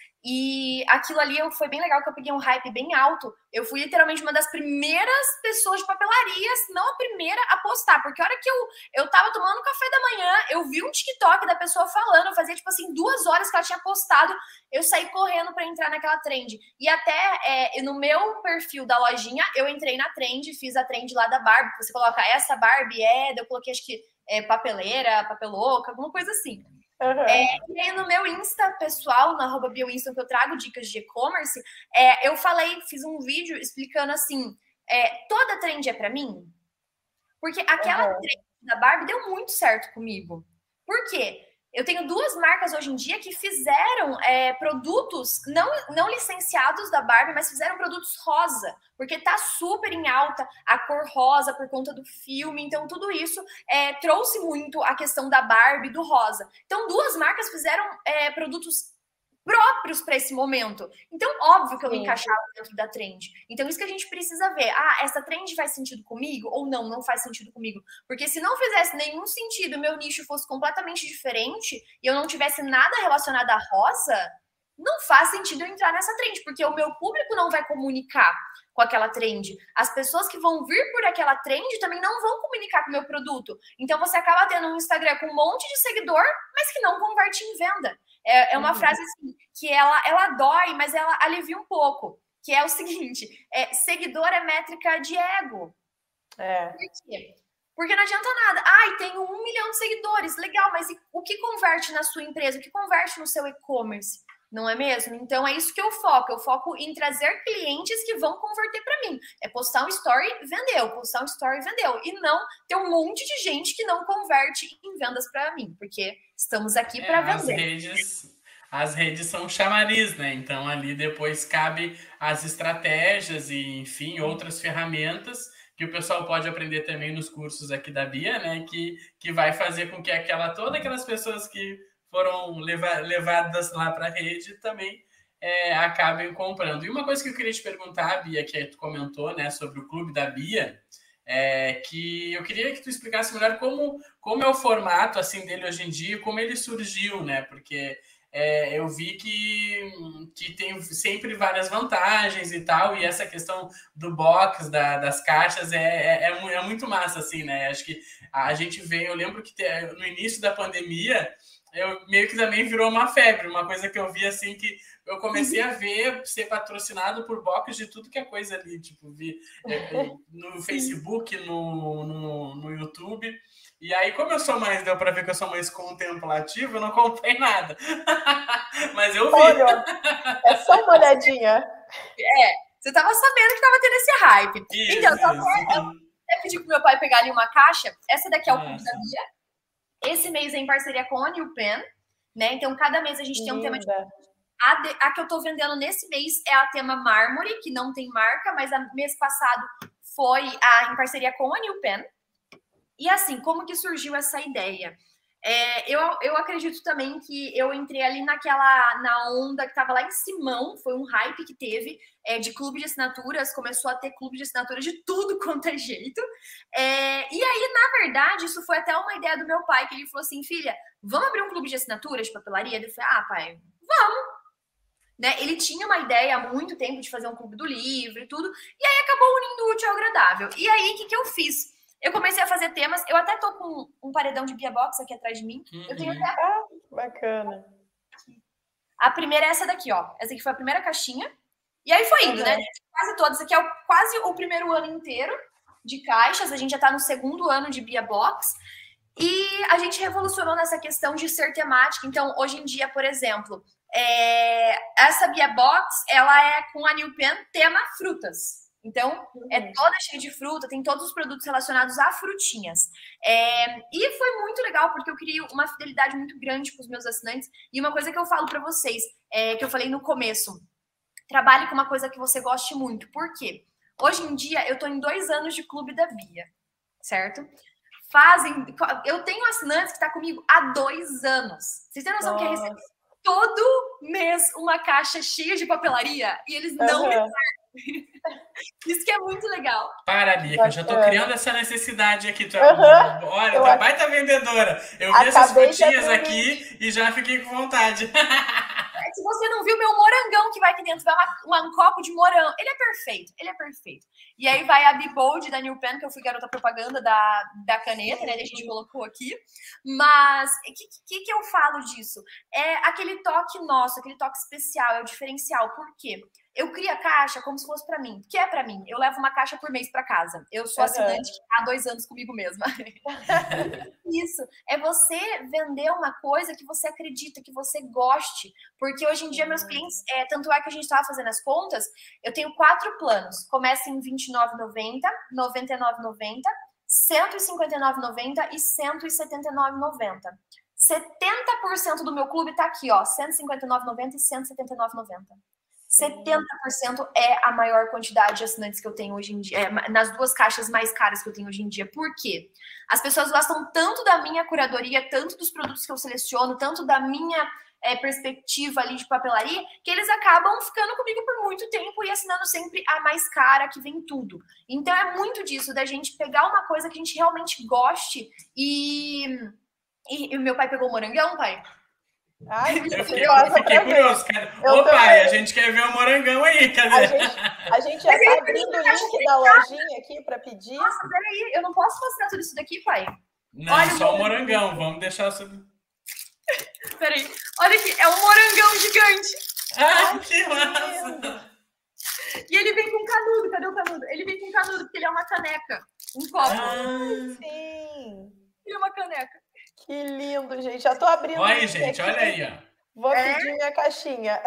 E aquilo ali foi bem legal, que eu peguei um hype bem alto. Eu fui literalmente uma das primeiras pessoas de papelarias, não a primeira a postar, porque a hora que eu, eu tava tomando café da manhã, eu vi um TikTok da pessoa falando, fazia tipo assim, duas horas que ela tinha postado, eu saí correndo para entrar naquela trend. E até é, no meu perfil da lojinha, eu entrei na trend, fiz a trend lá da Barbie, você coloca essa Barbie é, eu coloquei acho que é, papeleira, papelouca, alguma coisa assim. Uhum. É, e aí no meu Insta pessoal, no arroba BioInsta, que eu trago dicas de e-commerce, é, eu falei, fiz um vídeo explicando assim, é, toda trend é pra mim? Porque aquela uhum. trend da Barbie deu muito certo comigo. Por quê? Eu tenho duas marcas hoje em dia que fizeram é, produtos não, não licenciados da Barbie, mas fizeram produtos rosa, porque tá super em alta a cor rosa por conta do filme. Então, tudo isso é, trouxe muito a questão da Barbie, do rosa. Então, duas marcas fizeram é, produtos próprios para esse momento. Então, óbvio que eu me encaixava dentro da trend. Então, isso que a gente precisa ver. Ah, essa trend faz sentido comigo? Ou não, não faz sentido comigo? Porque se não fizesse nenhum sentido, meu nicho fosse completamente diferente e eu não tivesse nada relacionado à rosa, não faz sentido eu entrar nessa trend, porque o meu público não vai comunicar com aquela trend. As pessoas que vão vir por aquela trend também não vão comunicar com o meu produto. Então, você acaba tendo um Instagram com um monte de seguidor, mas que não converte em venda. É, é uma uhum. frase assim, que ela, ela dói, mas ela alivia um pouco. Que é o seguinte, é, seguidor é métrica de ego. É. Por quê? Porque não adianta nada. Ai, tenho um milhão de seguidores, legal, mas o que converte na sua empresa? O que converte no seu e-commerce? Não é mesmo? Então é isso que eu foco. Eu foco em trazer clientes que vão converter para mim. É postar um story, vendeu. Postar um story, vendeu. E não ter um monte de gente que não converte em vendas para mim. Porque estamos aqui para é, vender. As redes, as redes são chamariz, né? Então ali depois cabe as estratégias e, enfim, outras ferramentas que o pessoal pode aprender também nos cursos aqui da Bia, né? Que, que vai fazer com que aquela, todas aquelas pessoas que foram leva, levadas lá para a rede também é, acabem comprando. E uma coisa que eu queria te perguntar, Bia, que tu comentou, né, sobre o Clube da Bia, é que eu queria que tu explicasse melhor como, como é o formato assim, dele hoje em dia, como ele surgiu, né? Porque é, eu vi que, que tem sempre várias vantagens e tal, e essa questão do box, da, das caixas, é, é, é muito massa, assim, né? Acho que a gente vê, eu lembro que te, no início da pandemia, eu meio que também virou uma febre, uma coisa que eu vi assim que eu comecei a ver ser patrocinado por box de tudo que é coisa ali, tipo, vi é, no Facebook, no, no, no YouTube. E aí, como eu sou mais, deu para ver que eu sou mais contemplativo, eu não comprei nada. Mas eu vi. Olha, é só uma olhadinha. É, você tava sabendo que tava tendo esse hype. Isso, então, isso. Eu até pedi pro meu pai pegar ali uma caixa. Essa daqui é o Clube da Bia. Esse mês é em parceria com a New Pen, né? Então, cada mês a gente tem um tema de... A, de... a que eu tô vendendo nesse mês é a tema mármore, que não tem marca, mas a mês passado foi a... em parceria com a New Pen. E assim, como que surgiu essa ideia? É, eu, eu acredito também que eu entrei ali naquela, na onda que estava lá em Simão, foi um hype que teve é, de clube de assinaturas, começou a ter clube de assinaturas de tudo quanto é jeito. É, e aí, na verdade, isso foi até uma ideia do meu pai, que ele falou assim, filha, vamos abrir um clube de assinaturas de papelaria? Eu falei, ah, pai, vamos. Né? Ele tinha uma ideia há muito tempo de fazer um clube do livro e tudo, e aí acabou unindo o útil ao agradável. E aí, o que, que eu fiz? Eu comecei a fazer temas, eu até tô com um paredão de Bia Box aqui atrás de mim. Uhum. Eu tenho até... Ah, bacana. A primeira é essa daqui, ó. Essa aqui foi a primeira caixinha. E aí foi indo, uhum. né? Quase todas. Esse aqui é o, quase o primeiro ano inteiro de caixas. A gente já tá no segundo ano de Bia Box. E a gente revolucionou nessa questão de ser temática. Então, hoje em dia, por exemplo, é... essa Bia Box, ela é com a New Pen tema frutas. Então, uhum. é toda cheia de fruta, tem todos os produtos relacionados a frutinhas. É, e foi muito legal, porque eu criei uma fidelidade muito grande com os meus assinantes. E uma coisa que eu falo para vocês, é, que eu falei no começo, trabalhe com uma coisa que você goste muito. Por quê? Hoje em dia, eu tô em dois anos de Clube da Bia, certo? Fazem... Eu tenho assinantes que tá comigo há dois anos. Vocês têm noção Nossa. que é receber todo mês uma caixa cheia de papelaria? E eles não uhum. me pagam. Isso que é muito legal. Para, Bia, que eu já tô criando essa necessidade aqui. Tu, uhum. Olha, tu é baita vendedora. Eu vi essas fotinhas aqui e já fiquei com vontade. Se você não viu meu morangão que vai aqui dentro, vai uma, um copo de morango. Ele é perfeito, ele é perfeito. E aí vai a Bibold da New Pen, que eu fui garota propaganda da, da caneta, né? A gente colocou aqui. Mas o que, que, que eu falo disso? É aquele toque nosso, aquele toque especial, é o diferencial. Por quê? Eu crio a caixa como se fosse para mim. Que é para mim. Eu levo uma caixa por mês para casa. Eu sou assinante há dois anos comigo mesma. Isso. É você vender uma coisa que você acredita, que você goste. Porque hoje em dia meus clientes, é, tanto é que a gente estava fazendo as contas, eu tenho quatro planos. Começa em vinte e nove reais e noventa centavos, noventa e nove reais e noventa centavos, cento e cinquenta e nove reais e noventa centavos e cento e setenta e nove reais e noventa centavos. setenta por cento do meu clube está aqui, ó. cento e cinquenta e nove reais e noventa centavos e cento e setenta e nove reais e noventa centavos. setenta por cento é a maior quantidade de assinantes que eu tenho hoje em dia, é, nas duas caixas mais caras que eu tenho hoje em dia. Por quê? As pessoas gostam tanto da minha curadoria, tanto dos produtos que eu seleciono, tanto da minha é, perspectiva ali de papelaria, que eles acabam ficando comigo por muito tempo e assinando sempre a mais cara, que vem tudo. Então é muito disso, da gente pegar uma coisa que a gente realmente goste e... E o meu pai pegou o morangão, pai? Ai, Eu tô fiquei, curiosa fiquei pra ver. curioso, cara. Eu Opa, também. e a gente quer ver o morangão aí, A cadê? gente, a gente já tá abrindo o link da lojinha aqui para pedir. Nossa, peraí, eu não posso mostrar tudo isso daqui, pai. Não, Olha só o o morangão, vamos deixar sobre... Peraí, olha aqui, é um morangão gigante. Ah, que massa! E ele vem com canudo, cadê o canudo? Ele vem com canudo, porque ele é uma caneca, um copo. Ah, Sim. Ele é uma caneca. Que lindo, gente. Já tô abrindo olha o aí, link gente, aqui. olha aí, ó. Vou É? pedir minha caixinha.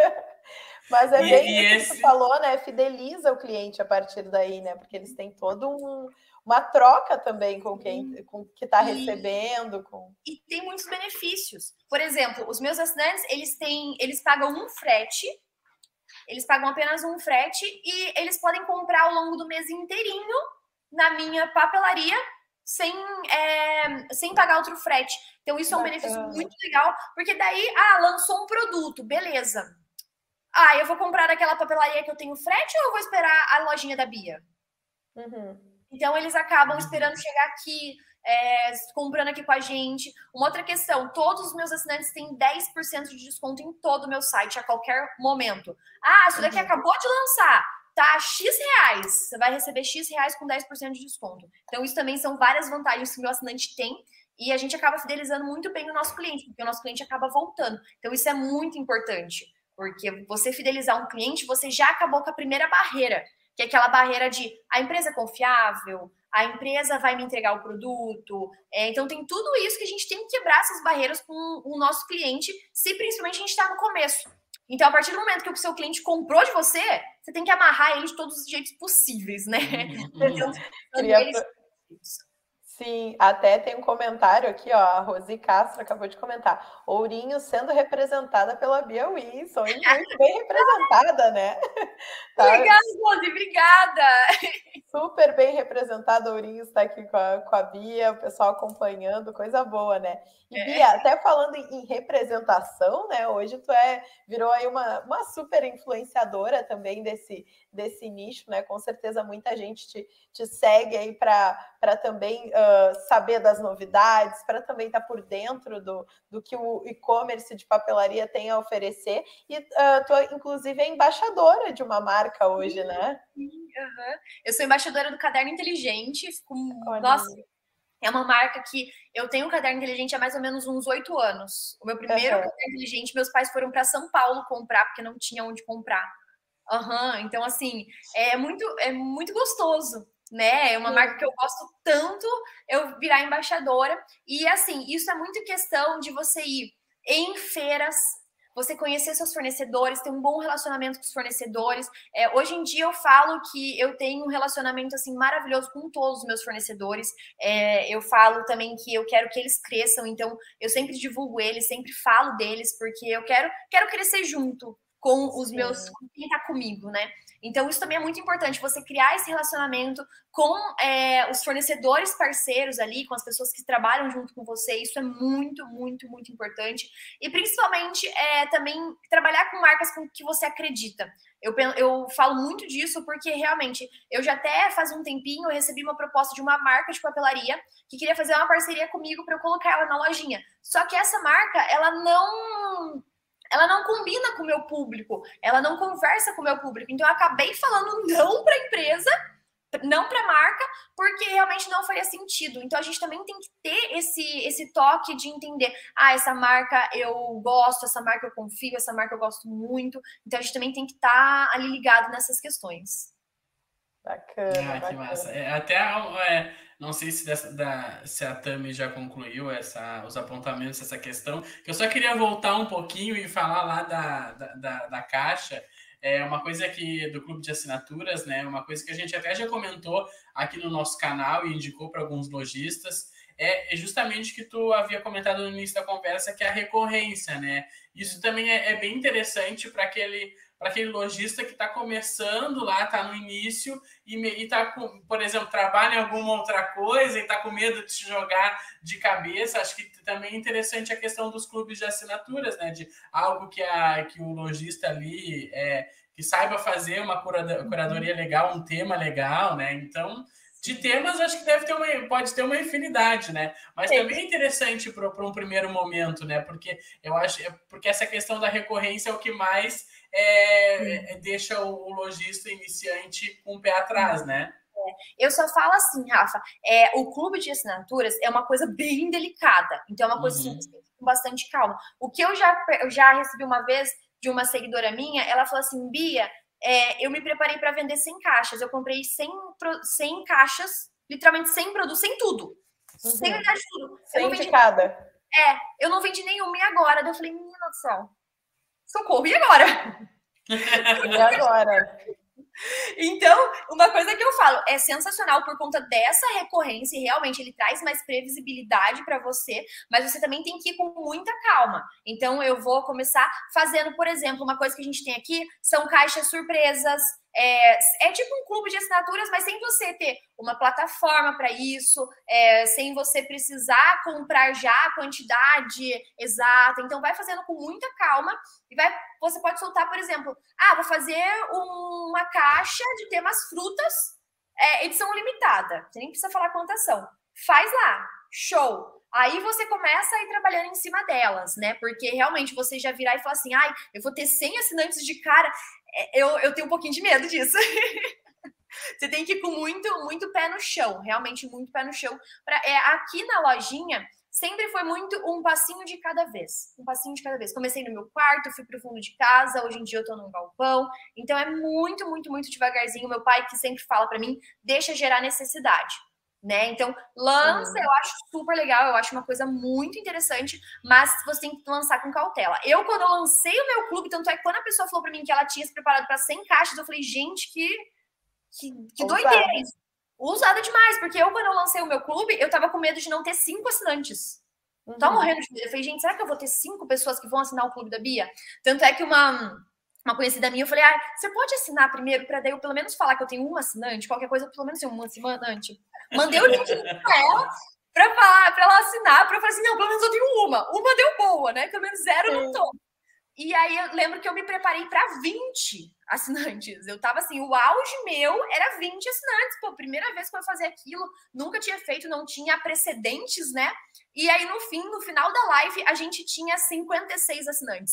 Mas é E- bem e isso que esse- tu falou, né? Fideliza o cliente a partir daí, né? Porque eles têm todo um, uma troca também com quem com que está E- recebendo. Com... E tem muitos benefícios. Por exemplo, os meus assinantes, eles têm, eles pagam um frete, eles pagam apenas um frete e eles podem comprar ao longo do mês inteirinho na minha papelaria sem, é, sem pagar outro frete. Então, isso é um Bacana. benefício muito legal, porque daí, ah, lançou um produto, beleza. Ah, eu vou comprar daquela papelaria que eu tenho frete ou eu vou esperar a lojinha da Bia? Uhum. Então, eles acabam esperando chegar aqui, é, comprando aqui com a gente. Uma outra questão, todos os meus assinantes têm dez por cento de desconto em todo o meu site, a qualquer momento. Ah, isso daqui Uhum. acabou de lançar, tá X reais. Você vai receber X reais com dez por cento de desconto. Então, isso também são várias vantagens que o meu assinante tem. E a gente acaba fidelizando muito bem o nosso cliente, porque o nosso cliente acaba voltando. Então, isso é muito importante. Porque você fidelizar um cliente, você já acabou com a primeira barreira, que é aquela barreira de a empresa é confiável, a empresa vai me entregar o produto. É, então, tem tudo isso que a gente tem que quebrar essas barreiras com o nosso cliente, se principalmente a gente está no começo. Então, a partir do momento que o seu cliente comprou de você, você tem que amarrar ele de todos os jeitos possíveis, né? Então, Queria... eles... Sim, até tem um comentário aqui, ó, a Rosi Castro acabou de comentar. Ourinho sendo representada pela Bia Wilson, e muito bem representada, né? Tá Obrigada, Rosi, obrigada! super bem representada, Ourinho está aqui com a, com a Bia, o pessoal acompanhando, coisa boa, né? E Bia, é. até falando em, em representação, né? Hoje tu é, virou aí uma, uma super influenciadora também desse, desse nicho, né? Com certeza muita gente te, te segue aí para também uh, saber das novidades, para também estar tá por dentro do, do que o e-commerce de papelaria tem a oferecer. E uh, tu, inclusive, é embaixadora de uma marca hoje, sim, né? Sim, uhum. Eu sou embaixadora do Caderno Inteligente. Com... Nossa, é uma marca que eu tenho um Caderno Inteligente há mais ou menos uns oito anos. O meu primeiro uhum. Caderno Inteligente, meus pais foram para São Paulo comprar, porque não tinha onde comprar. Uhum. Então, assim, é muito, é muito gostoso, né? É uma Sim. marca que eu gosto tanto, eu virar embaixadora. E, assim, isso é muito questão de você ir em feiras, você conhecer seus fornecedores, ter um bom relacionamento com os fornecedores. É, hoje em dia eu falo que eu tenho um relacionamento assim maravilhoso com todos os meus fornecedores. É, eu falo também que eu quero que eles cresçam, então eu sempre divulgo eles, sempre falo deles, porque eu quero, quero crescer junto com os Sim. meus, com quem tá comigo, né? Então, isso também é muito importante, você criar esse relacionamento com é, os fornecedores parceiros ali, com as pessoas que trabalham junto com você, isso é muito, muito, muito importante. E, principalmente, é, também trabalhar com marcas com que você acredita. Eu, eu falo muito disso porque, realmente, eu já até faz um tempinho, eu recebi uma proposta de uma marca de papelaria que queria fazer uma parceria comigo para eu colocar ela na lojinha. Só que essa marca, ela não... ela não combina com o meu público, ela não conversa com o meu público. Então, eu acabei falando não para a empresa, não para a marca, porque realmente não faria sentido. Então, a gente também tem que ter esse, esse toque de entender, ah, essa marca eu gosto, essa marca eu confio, essa marca eu gosto muito. Então, a gente também tem que estar ali ligado nessas questões. Bacana, ah, bacana. Que massa. É, até, é, não sei se, dessa, da, se a Tami já concluiu essa, os apontamentos dessa questão, que eu só queria voltar um pouquinho e falar lá da, da, da, da caixa. É uma coisa que do clube de assinaturas, né? Uma coisa que a gente até já comentou aqui no nosso canal e indicou para alguns lojistas, é justamente que tu havia comentado no início da conversa, que é a recorrência, né? Isso também é, é bem interessante para aquele, para aquele lojista que está começando lá, está no início e está, por exemplo, trabalha em alguma outra coisa e está com medo de se jogar de cabeça. Acho que também é interessante a questão dos clubes de assinaturas, né? De algo que, a, que o lojista ali é, que saiba fazer uma curadoria legal, um tema legal, né? Então, De temas, acho que deve ter uma, pode ter uma infinidade, né? Mas Sim. também é interessante para um primeiro momento, né? Porque eu acho, porque essa questão da recorrência é o que mais é, é, deixa o lojista iniciante com o pé atrás, né? Eu só falo assim, Rafa, é, o clube de assinaturas é uma coisa bem delicada. Então, é uma coisa Uhum. assim, com bastante calma. O que eu já, eu já recebi uma vez de uma seguidora minha, ela falou assim, Bia, é, eu me preparei para vender cem caixas. Eu comprei cem, cem caixas, literalmente cem produtos, sem tudo. Uhum. Sem verdade tudo. Sem eu não de vendi, cada. É, eu não vendi nenhuma. E agora? Daí eu falei, menina do céu, socorro, e agora? E agora? Então, uma coisa que eu falo, é sensacional por conta dessa recorrência, e realmente ele traz mais previsibilidade para você, mas você também tem que ir com muita calma. Então, eu vou começar fazendo, por exemplo, uma coisa que a gente tem aqui, são caixas surpresas, é, é tipo um clube de assinaturas, mas sem você ter uma plataforma para isso, é, sem você precisar comprar já a quantidade exata. Então, vai fazendo com muita calma e vai, você pode soltar, por exemplo, ah, vou fazer um, uma caixa de temas frutas, é, edição limitada. Você nem precisa falar quantas são. Faz lá, show. Aí você começa a ir trabalhando em cima delas, né? Porque realmente você já virar e falar assim, ai, eu vou ter cem assinantes de cara. Eu, eu tenho um pouquinho de medo disso. Você tem que ir com muito, muito pé no chão, realmente muito pé no chão. Pra, é, aqui na lojinha, sempre foi muito um passinho de cada vez. Um passinho de cada vez. Comecei no meu quarto, fui pro fundo de casa, hoje em dia eu tô num galpão. Então é muito, muito, muito devagarzinho. Meu pai que sempre fala pra mim, deixa gerar necessidade. Né? Então, lança, Sim. eu acho super legal, eu acho uma coisa muito interessante, mas você tem que lançar com cautela. Eu, quando eu lancei o meu clube, tanto é que quando a pessoa falou pra mim que ela tinha se preparado para cem caixas, eu falei, gente, que, que, que doideira isso. Usada demais, porque eu, quando eu lancei o meu clube, eu tava com medo de não ter cinco assinantes. Não uhum. tava morrendo de medo. Eu falei, gente, será que eu vou ter cinco pessoas que vão assinar o clube da Bia? Tanto é que uma... Uma conhecida minha, eu falei, ah, você pode assinar primeiro, para daí eu pelo menos falar que eu tenho um assinante, qualquer coisa, pelo menos um assinante. Mandei o link para ela, para falar, para ela assinar, para eu falar assim, não, pelo menos eu tenho uma. Uma deu boa, né? Pelo menos zero não tô. E aí eu lembro que eu me preparei para vinte assinantes. Eu tava assim, o auge meu era vinte assinantes. Pô, primeira vez que eu ia fazer aquilo, nunca tinha feito, não tinha precedentes, né? E aí no fim, no final da live, a gente tinha cinquenta e seis assinantes.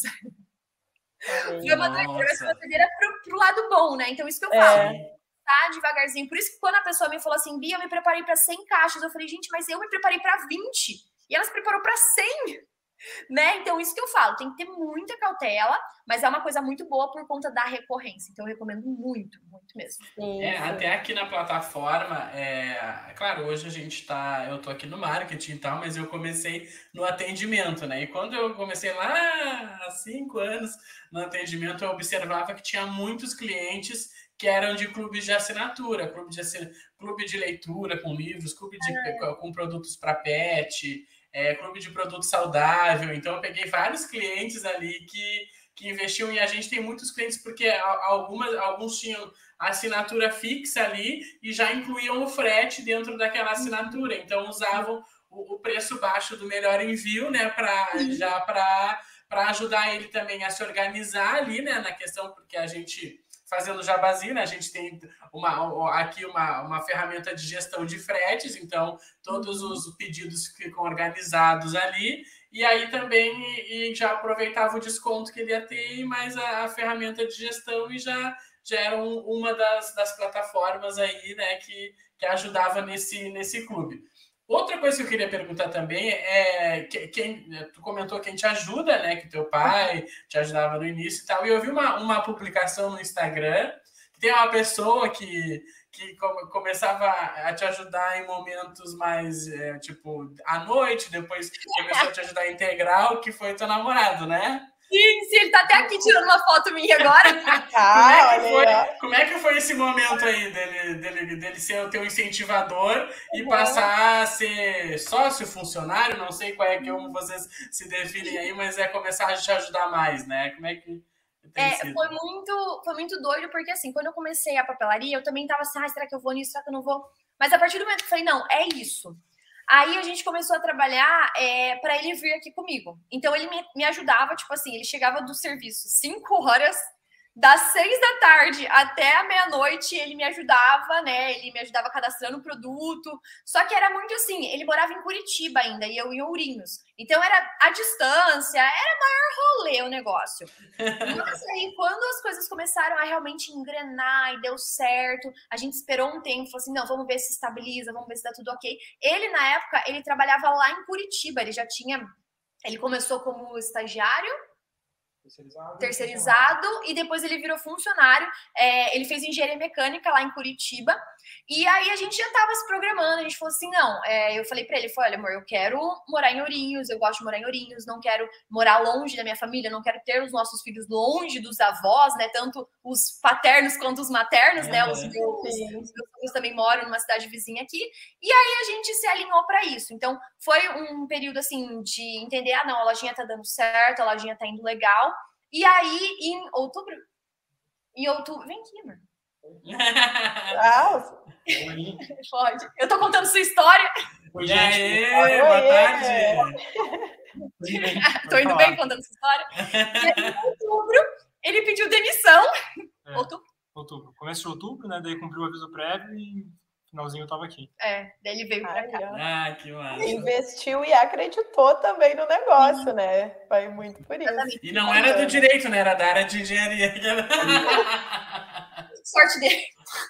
Foi uma doideira pro, pro lado bom, né? Então, isso que eu falo. É. Tá devagarzinho. Por isso que quando a pessoa me falou assim, Bia, eu me preparei para cem caixas, eu falei, gente, mas eu me preparei para vinte. E ela se preparou para cem. Né? Então, isso que eu falo, tem que ter muita cautela, mas é uma coisa muito boa por conta da recorrência. Então, eu recomendo muito, muito mesmo. É, até aqui na plataforma, é, claro, hoje a gente tá, eu tô aqui no marketing e tal, mas eu comecei no atendimento, né? E quando eu comecei lá há cinco anos no atendimento, eu observava que tinha muitos clientes que eram de clubes de assinatura, clube de, assin... clube de leitura com livros, clube de, ah. com produtos para pet, é, clube de produto saudável. Então, eu peguei vários clientes ali que, que investiam, e a gente tem muitos clientes porque algumas, alguns tinham assinatura fixa ali e já incluíam o frete dentro daquela assinatura. Então, usavam o, o preço baixo do melhor envio, né, pra, já para para ajudar ele também a se organizar ali, né, na questão, porque a gente... Fazendo jabazinho, né? A gente tem uma, aqui uma, uma ferramenta de gestão de fretes, então todos os pedidos ficam organizados ali, e aí também e já aproveitava o desconto que ele ia ter, mais a, a ferramenta de gestão, e já, já era um, uma das, das plataformas aí, né, que, que ajudava nesse, nesse clube. Outra coisa que eu queria perguntar também é quem tu comentou quem te ajuda, né? Que teu pai te ajudava no início e tal. E eu vi uma, uma publicação no Instagram que tem uma pessoa que, que começava a te ajudar em momentos mais, é, tipo, à noite, depois começou a te ajudar integral, que foi teu namorado, né? Sim, sim, ele tá até aqui tirando uma foto minha agora. Ah, como, é que foi, como é que foi esse momento aí dele, dele, dele ser o teu incentivador e uhum. passar a ser sócio, funcionário? Não sei qual é que como vocês se definem aí, mas é começar a te ajudar mais, né? Como é que tem é, sido? Foi muito, foi muito doido, porque assim, quando eu comecei a papelaria, eu também tava assim, ah, será que eu vou nisso, será que eu não vou? Mas a partir do momento que eu falei, não, é isso. Aí a gente começou a trabalhar é, para ele vir aqui comigo. Então ele me, me ajudava, tipo assim, ele chegava do serviço cinco horas Das seis da tarde até a meia-noite, ele me ajudava, né? Ele me ajudava cadastrando o produto. Só que era muito assim, ele morava em Curitiba ainda, e eu em Ourinhos. Então, era a distância, era maior rolê o negócio. Mas aí, quando as coisas começaram a realmente engrenar e deu certo, a gente esperou um tempo, falou assim, não, vamos ver se estabiliza, vamos ver se dá tudo ok. Ele, na época, ele trabalhava lá em Curitiba, ele já tinha... Ele começou como estagiário, Terceirizado. terceirizado e depois ele virou funcionário. É, ele fez engenharia mecânica lá em Curitiba. E aí a gente já tava se programando. A gente falou assim: não, é, eu falei pra ele: foi, olha, amor, eu quero morar em Ourinhos, eu gosto de morar em Ourinhos, não quero morar longe da minha família, não quero ter os nossos filhos longe dos avós, né? Tanto os paternos quanto os maternos, né? Os meus, os meus filhos também moram numa cidade vizinha aqui. E aí a gente se alinhou para isso. Então foi um período assim de entender: ah, não, a lojinha tá dando certo, a lojinha tá indo legal. E aí, em outubro, em outubro, vem aqui, amor. Ah, pode. Eu tô contando sua história. Oi, gente. Aê, boa tarde. Tô indo bem contando sua história. E aí, em outubro, ele pediu demissão. É, outubro? Outubro. Começo de outubro, né? Daí cumpriu o aviso prévio e finalzinho eu tava aqui. É, daí ele veio pra ai, cá. ó. Ah, que massa. Investiu e acreditou também no negócio, Sim. né? Foi muito por isso. Exatamente. E não era do direito, né? Era da área de engenharia. Sorte dele.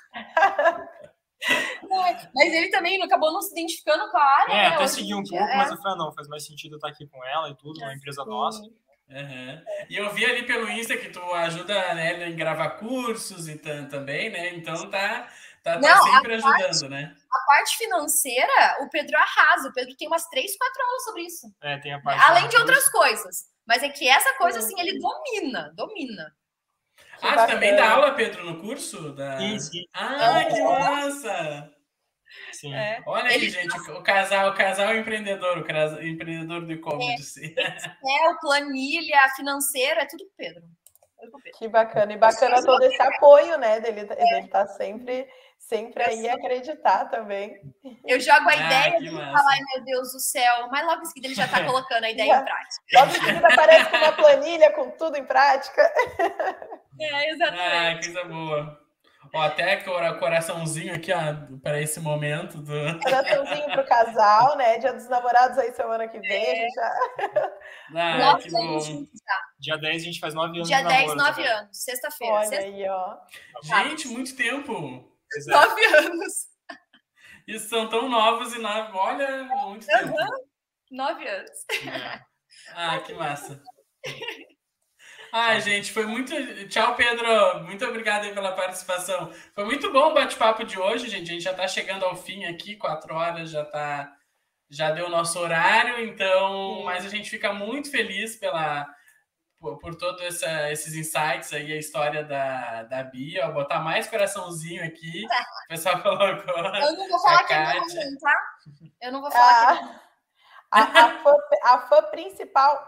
É, mas ele também não acabou não se identificando com a área. É, né? até Hoje segui em um dia, pouco, é. mas eu falei, ah, não, faz mais sentido eu estar aqui com ela e tudo, uma empresa nossa. Uhum. E eu vi ali pelo Insta que tu ajuda a Nélia em gravar cursos e tam- também, né? Então tá, tá, tá Não, sempre a ajudando, parte- né? A parte financeira, o Pedro arrasa. O Pedro tem umas três, quatro aulas sobre isso. É, tem a parte Além do de outras coisas. Mas é que essa coisa, Sim. assim, ele domina. Domina. Que Ah, tu bacana. também dá aula, Pedro, no curso? Da... Sim, sim. Ah, que massa! Sim. É. Olha Ele aqui, gente, o casal, o casal empreendedor, o casal empreendedor do e-commerce. é o planilha, financeira, é tudo com o Pedro. Tudo com o Pedro. Que bacana. E bacana todo esse apoio, né? Dele, dele tá sempre, sempre aí a acreditar também. Eu jogo a Ah, ideia que e ele massa. fala, ai meu Deus do céu, mas logo em seguida ele já tá colocando a ideia Já. em prática. Logo em seguida aparece com uma planilha com tudo em prática. É, exatamente. Ah, coisa boa. Ó, até cora- coraçãozinho aqui, ó, para esse momento do... Coraçãozinho pro casal, né? Dia dos namorados aí semana que vem. A gente já... Ah, Nossa, que a bom. gente já. Dia dez a gente faz nove anos Dia de dez, namoro. nove também. anos, sexta-feira. Olha Sexta- aí, ó. Gente, muito tempo. Pois é. nove anos. E são tão novos e novos. Olha, muito tempo. Nove anos. É. Ah, que massa. Ai, gente, foi muito... Tchau, Pedro. Muito obrigado aí pela participação. Foi muito bom o bate-papo de hoje, gente. A gente já tá chegando ao fim aqui, quatro horas já tá... Já deu o nosso horário, então... Sim. Mas a gente fica muito feliz pela... Por, por todos essa, esses insights aí, a história da, da Bia. Vou botar mais coraçãozinho aqui. O pessoal colocou. Eu não vou falar A que é meu Kátia. nome, tá? Eu não vou falar que é meu Ah, a, a, fã, a fã principal.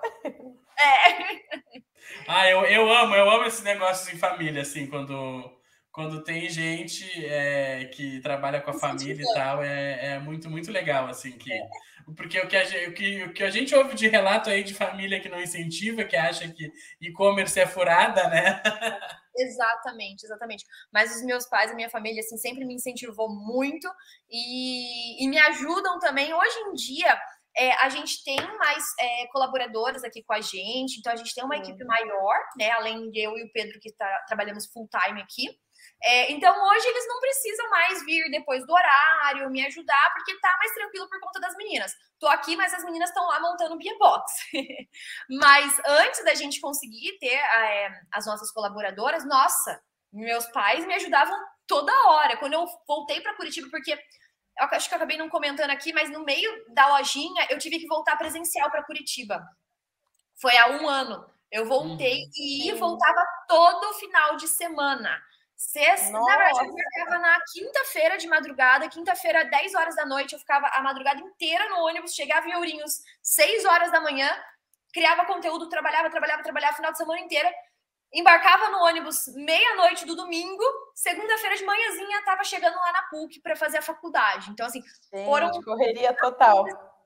Ah, eu, eu amo, eu amo esses negócios em família, assim, quando, quando tem gente é, que trabalha com a família e tal, é, é muito, muito legal, assim, que, porque o que, a gente, o, que, o que a gente ouve de relato aí de família que não incentiva, que acha que e-commerce é furada, né? Exatamente, exatamente. Mas os meus pais, a minha família, assim, sempre me incentivou muito e, e me ajudam também. Hoje em dia, é, a gente tem mais é, colaboradores aqui com a gente, então a gente tem uma Sim. equipe maior, né? Além de eu e o Pedro, que tá, trabalhamos full time aqui. É, então, hoje eles não precisam mais vir depois do horário, me ajudar, porque tá mais tranquilo por conta das meninas. Tô aqui, mas as meninas estão lá montando o Bia Box. Mas antes da gente conseguir ter é, as nossas colaboradoras, nossa, meus pais me ajudavam toda hora. Quando eu voltei para Curitiba, porque eu acho que eu acabei não comentando aqui, mas no meio da lojinha eu tive que voltar presencial para Curitiba. Foi há um ano. Eu voltei Uhum. e voltava todo final de semana. Sexta, na verdade, eu Nossa. ficava na quinta-feira de madrugada, quinta-feira, dez horas da noite, eu ficava a madrugada inteira no ônibus, chegava em Ourinhos, seis horas da manhã, criava conteúdo, trabalhava, trabalhava, trabalhava, final de semana inteira, embarcava no ônibus meia-noite do domingo, segunda-feira de manhãzinha, tava chegando lá na P U C para fazer a faculdade. Então, assim, Gente, foram correria total.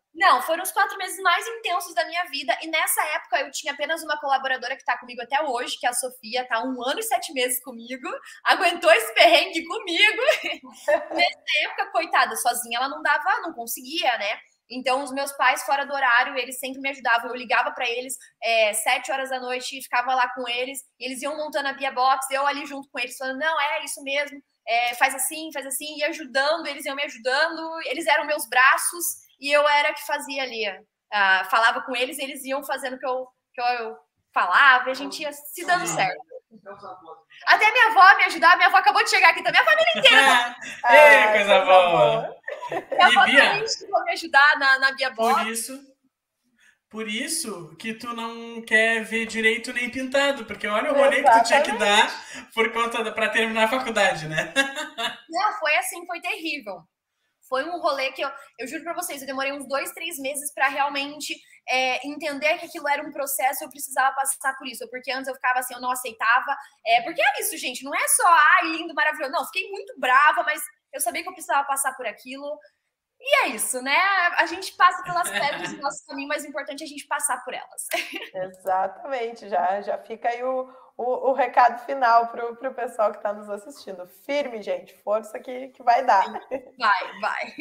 Não, foram os quatro meses mais intensos da minha vida. E nessa época eu tinha apenas uma colaboradora que tá comigo até hoje, que é a Sofia, tá um ano e sete meses comigo, aguentou esse perrengue comigo. Nessa época, coitada, sozinha ela não dava, não conseguia, né? Então, os meus pais, fora do horário, eles sempre me ajudavam. Eu ligava para eles é, sete horas da noite e ficava lá com eles. E eles iam montando a Bia Box, eu ali junto com eles, falando, não, é isso mesmo, é, faz assim, faz assim. E ajudando, eles iam me ajudando. Eles eram meus braços e eu era que fazia ali. Uh, falava com eles e eles iam fazendo o que eu, que eu falava. E a gente ia se dando certo. Até minha avó me ajudava. Minha avó acabou de chegar aqui também. A família inteira. Ei, coisa boa. Minha avó também chegou me ajudar na, na Bia Box. Por isso, por isso que tu não quer ver direito nem pintado. Porque olha o rolê que tu tinha que dar por conta da, pra terminar a faculdade, né? Não, foi assim, foi terrível. Foi um rolê que eu, eu juro pra vocês, eu demorei uns dois, três meses pra realmente é, entender que aquilo era um processo, eu precisava passar por isso. Porque antes eu ficava assim, eu não aceitava. É, porque é isso, gente, não é só, ai, lindo, maravilhoso. Não, fiquei muito brava, mas eu sabia que eu precisava passar por aquilo. E é isso, né? A gente passa pelas pedras do nosso caminho, mas o importante é a gente passar por elas. Exatamente, já, já fica aí o, o, o recado final pro, pro pessoal que está nos assistindo. Firme, gente, força que, que vai dar. Vai, vai.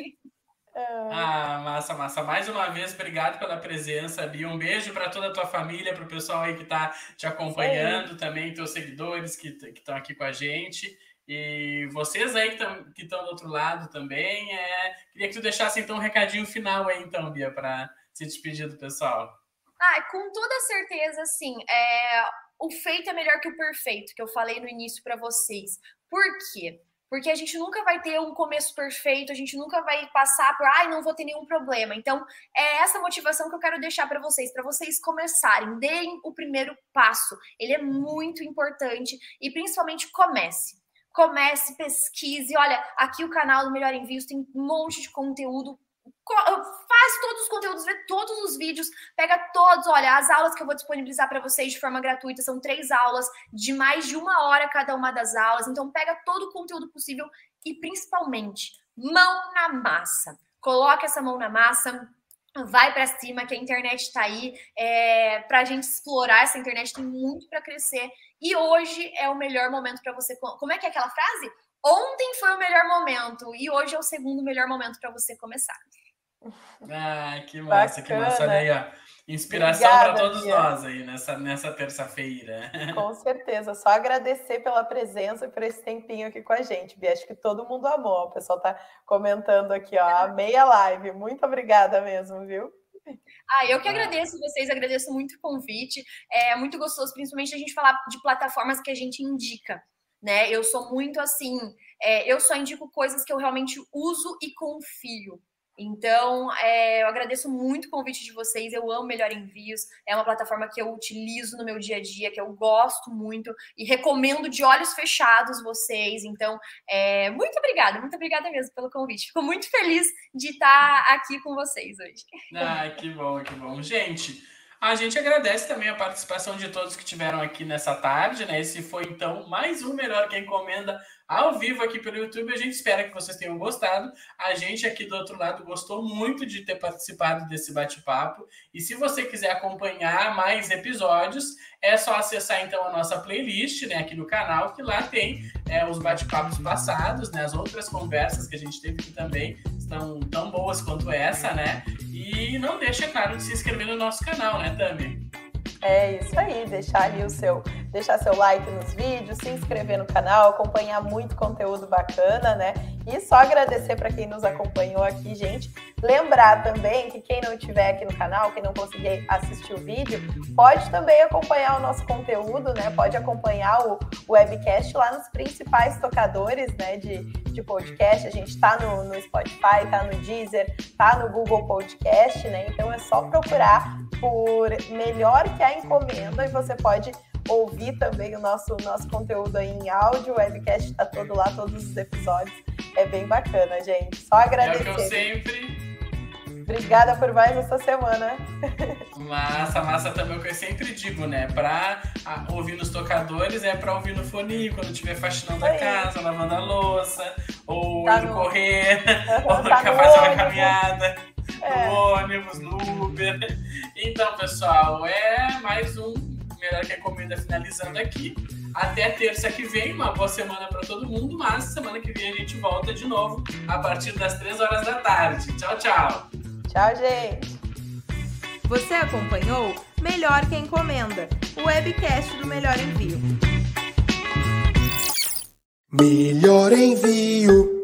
Ah, massa, massa. Mais uma vez, obrigado pela presença, Bia. Um beijo para toda a tua família, para o pessoal aí que está te acompanhando, também teus seguidores que estão aqui com a gente. E vocês aí que estão do outro lado também, é... queria que tu deixasse então um recadinho final aí então, Bia, para se despedir do pessoal. Ah, com toda certeza, assim, é... o feito é melhor que o perfeito, que eu falei no início para vocês. Por quê? Porque a gente nunca vai ter um começo perfeito, a gente nunca vai passar por, ai, não vou ter nenhum problema. Então, é essa motivação que eu quero deixar para vocês, para vocês começarem, deem o primeiro passo. Ele é muito importante e principalmente comece. Comece, pesquise. Olha, aqui o canal do Melhor Envios tem um monte de conteúdo. Faz todos os conteúdos, vê todos os vídeos, pega todos. Olha, as aulas que eu vou disponibilizar para vocês de forma gratuita são três aulas de mais de uma hora cada uma das aulas. Então, pega todo o conteúdo possível e, principalmente, mão na massa. Coloque essa mão na massa. Vai para cima, que a internet está aí, é, para a gente explorar. Essa internet tem muito para crescer e hoje é o melhor momento para você. Como é que é aquela frase? Ontem foi o melhor momento e hoje é o segundo melhor momento para você começar. Ah, que massa, Bacana. que massa. Olha aí, ó. Inspiração para todos Bia. nós aí nessa, nessa terça-feira. Com certeza, só agradecer pela presença e por esse tempinho aqui com a gente, Bia. Acho que todo mundo amou. O pessoal tá comentando aqui, ó, amei a live. Muito obrigada mesmo, viu? Ah, eu que agradeço vocês, agradeço muito o convite. É muito gostoso, principalmente a gente falar de plataformas que a gente indica, né? Eu sou muito assim, é, eu só indico coisas que eu realmente uso e confio. Então, é, eu agradeço muito o convite de vocês, eu amo Melhor Envios, é uma plataforma que eu utilizo no meu dia a dia, que eu gosto muito e recomendo de olhos fechados vocês. Então, é, muito obrigada, muito obrigada mesmo pelo convite. Fico muito feliz de estar aqui com vocês hoje. Ah, que bom, que bom. Gente, a gente agradece também a participação de todos que estiveram aqui nessa tarde, né? Esse foi, então, mais um Melhor Que Encomenda ao vivo aqui pelo YouTube. A gente espera que vocês tenham gostado. A gente aqui do outro lado gostou muito de ter participado desse bate-papo. E se você quiser acompanhar mais episódios, é só acessar então a nossa playlist, né, aqui no canal, que lá tem é, os bate-papos passados, né, as outras conversas que a gente teve aqui também estão tão boas quanto essa, né? E não deixa, claro, de se inscrever no nosso canal, né, Tami? É isso aí, deixar ali o seu, deixar seu like nos vídeos, se inscrever no canal, acompanhar muito conteúdo bacana, né? E só agradecer para quem nos acompanhou aqui, gente. Lembrar também que quem não estiver aqui no canal, quem não conseguir assistir o vídeo, pode também acompanhar o nosso conteúdo, né? Pode acompanhar o, o webcast lá nos principais tocadores, né, de, de podcast. A gente tá no, no Spotify, tá no Deezer, tá no Google Podcast, né? Então é só procurar por Melhor Que a Encomenda e você pode ouvir também o nosso, nosso conteúdo aí em áudio. O webcast tá todo lá, todos os episódios. É bem bacana, gente. Só agradecer. É o que eu sempre... Obrigada por mais essa semana. Massa, massa também o que eu sempre digo, né? Pra a, ouvir nos tocadores é pra ouvir no foninho, quando estiver faxinando a casa, lavando a louça, ou tá indo no... correr, ou tá fazer uma caminhada. É. no ônibus, no Uber. Então, pessoal, é mais um Melhor Que Encomenda finalizando aqui. Até terça que vem, uma boa semana para todo mundo, mas semana que vem a gente volta de novo a partir das três horas da tarde. Tchau, tchau. Tchau, gente. Você acompanhou Melhor Que Encomenda, o webcast do Melhor Envio. Melhor Envio.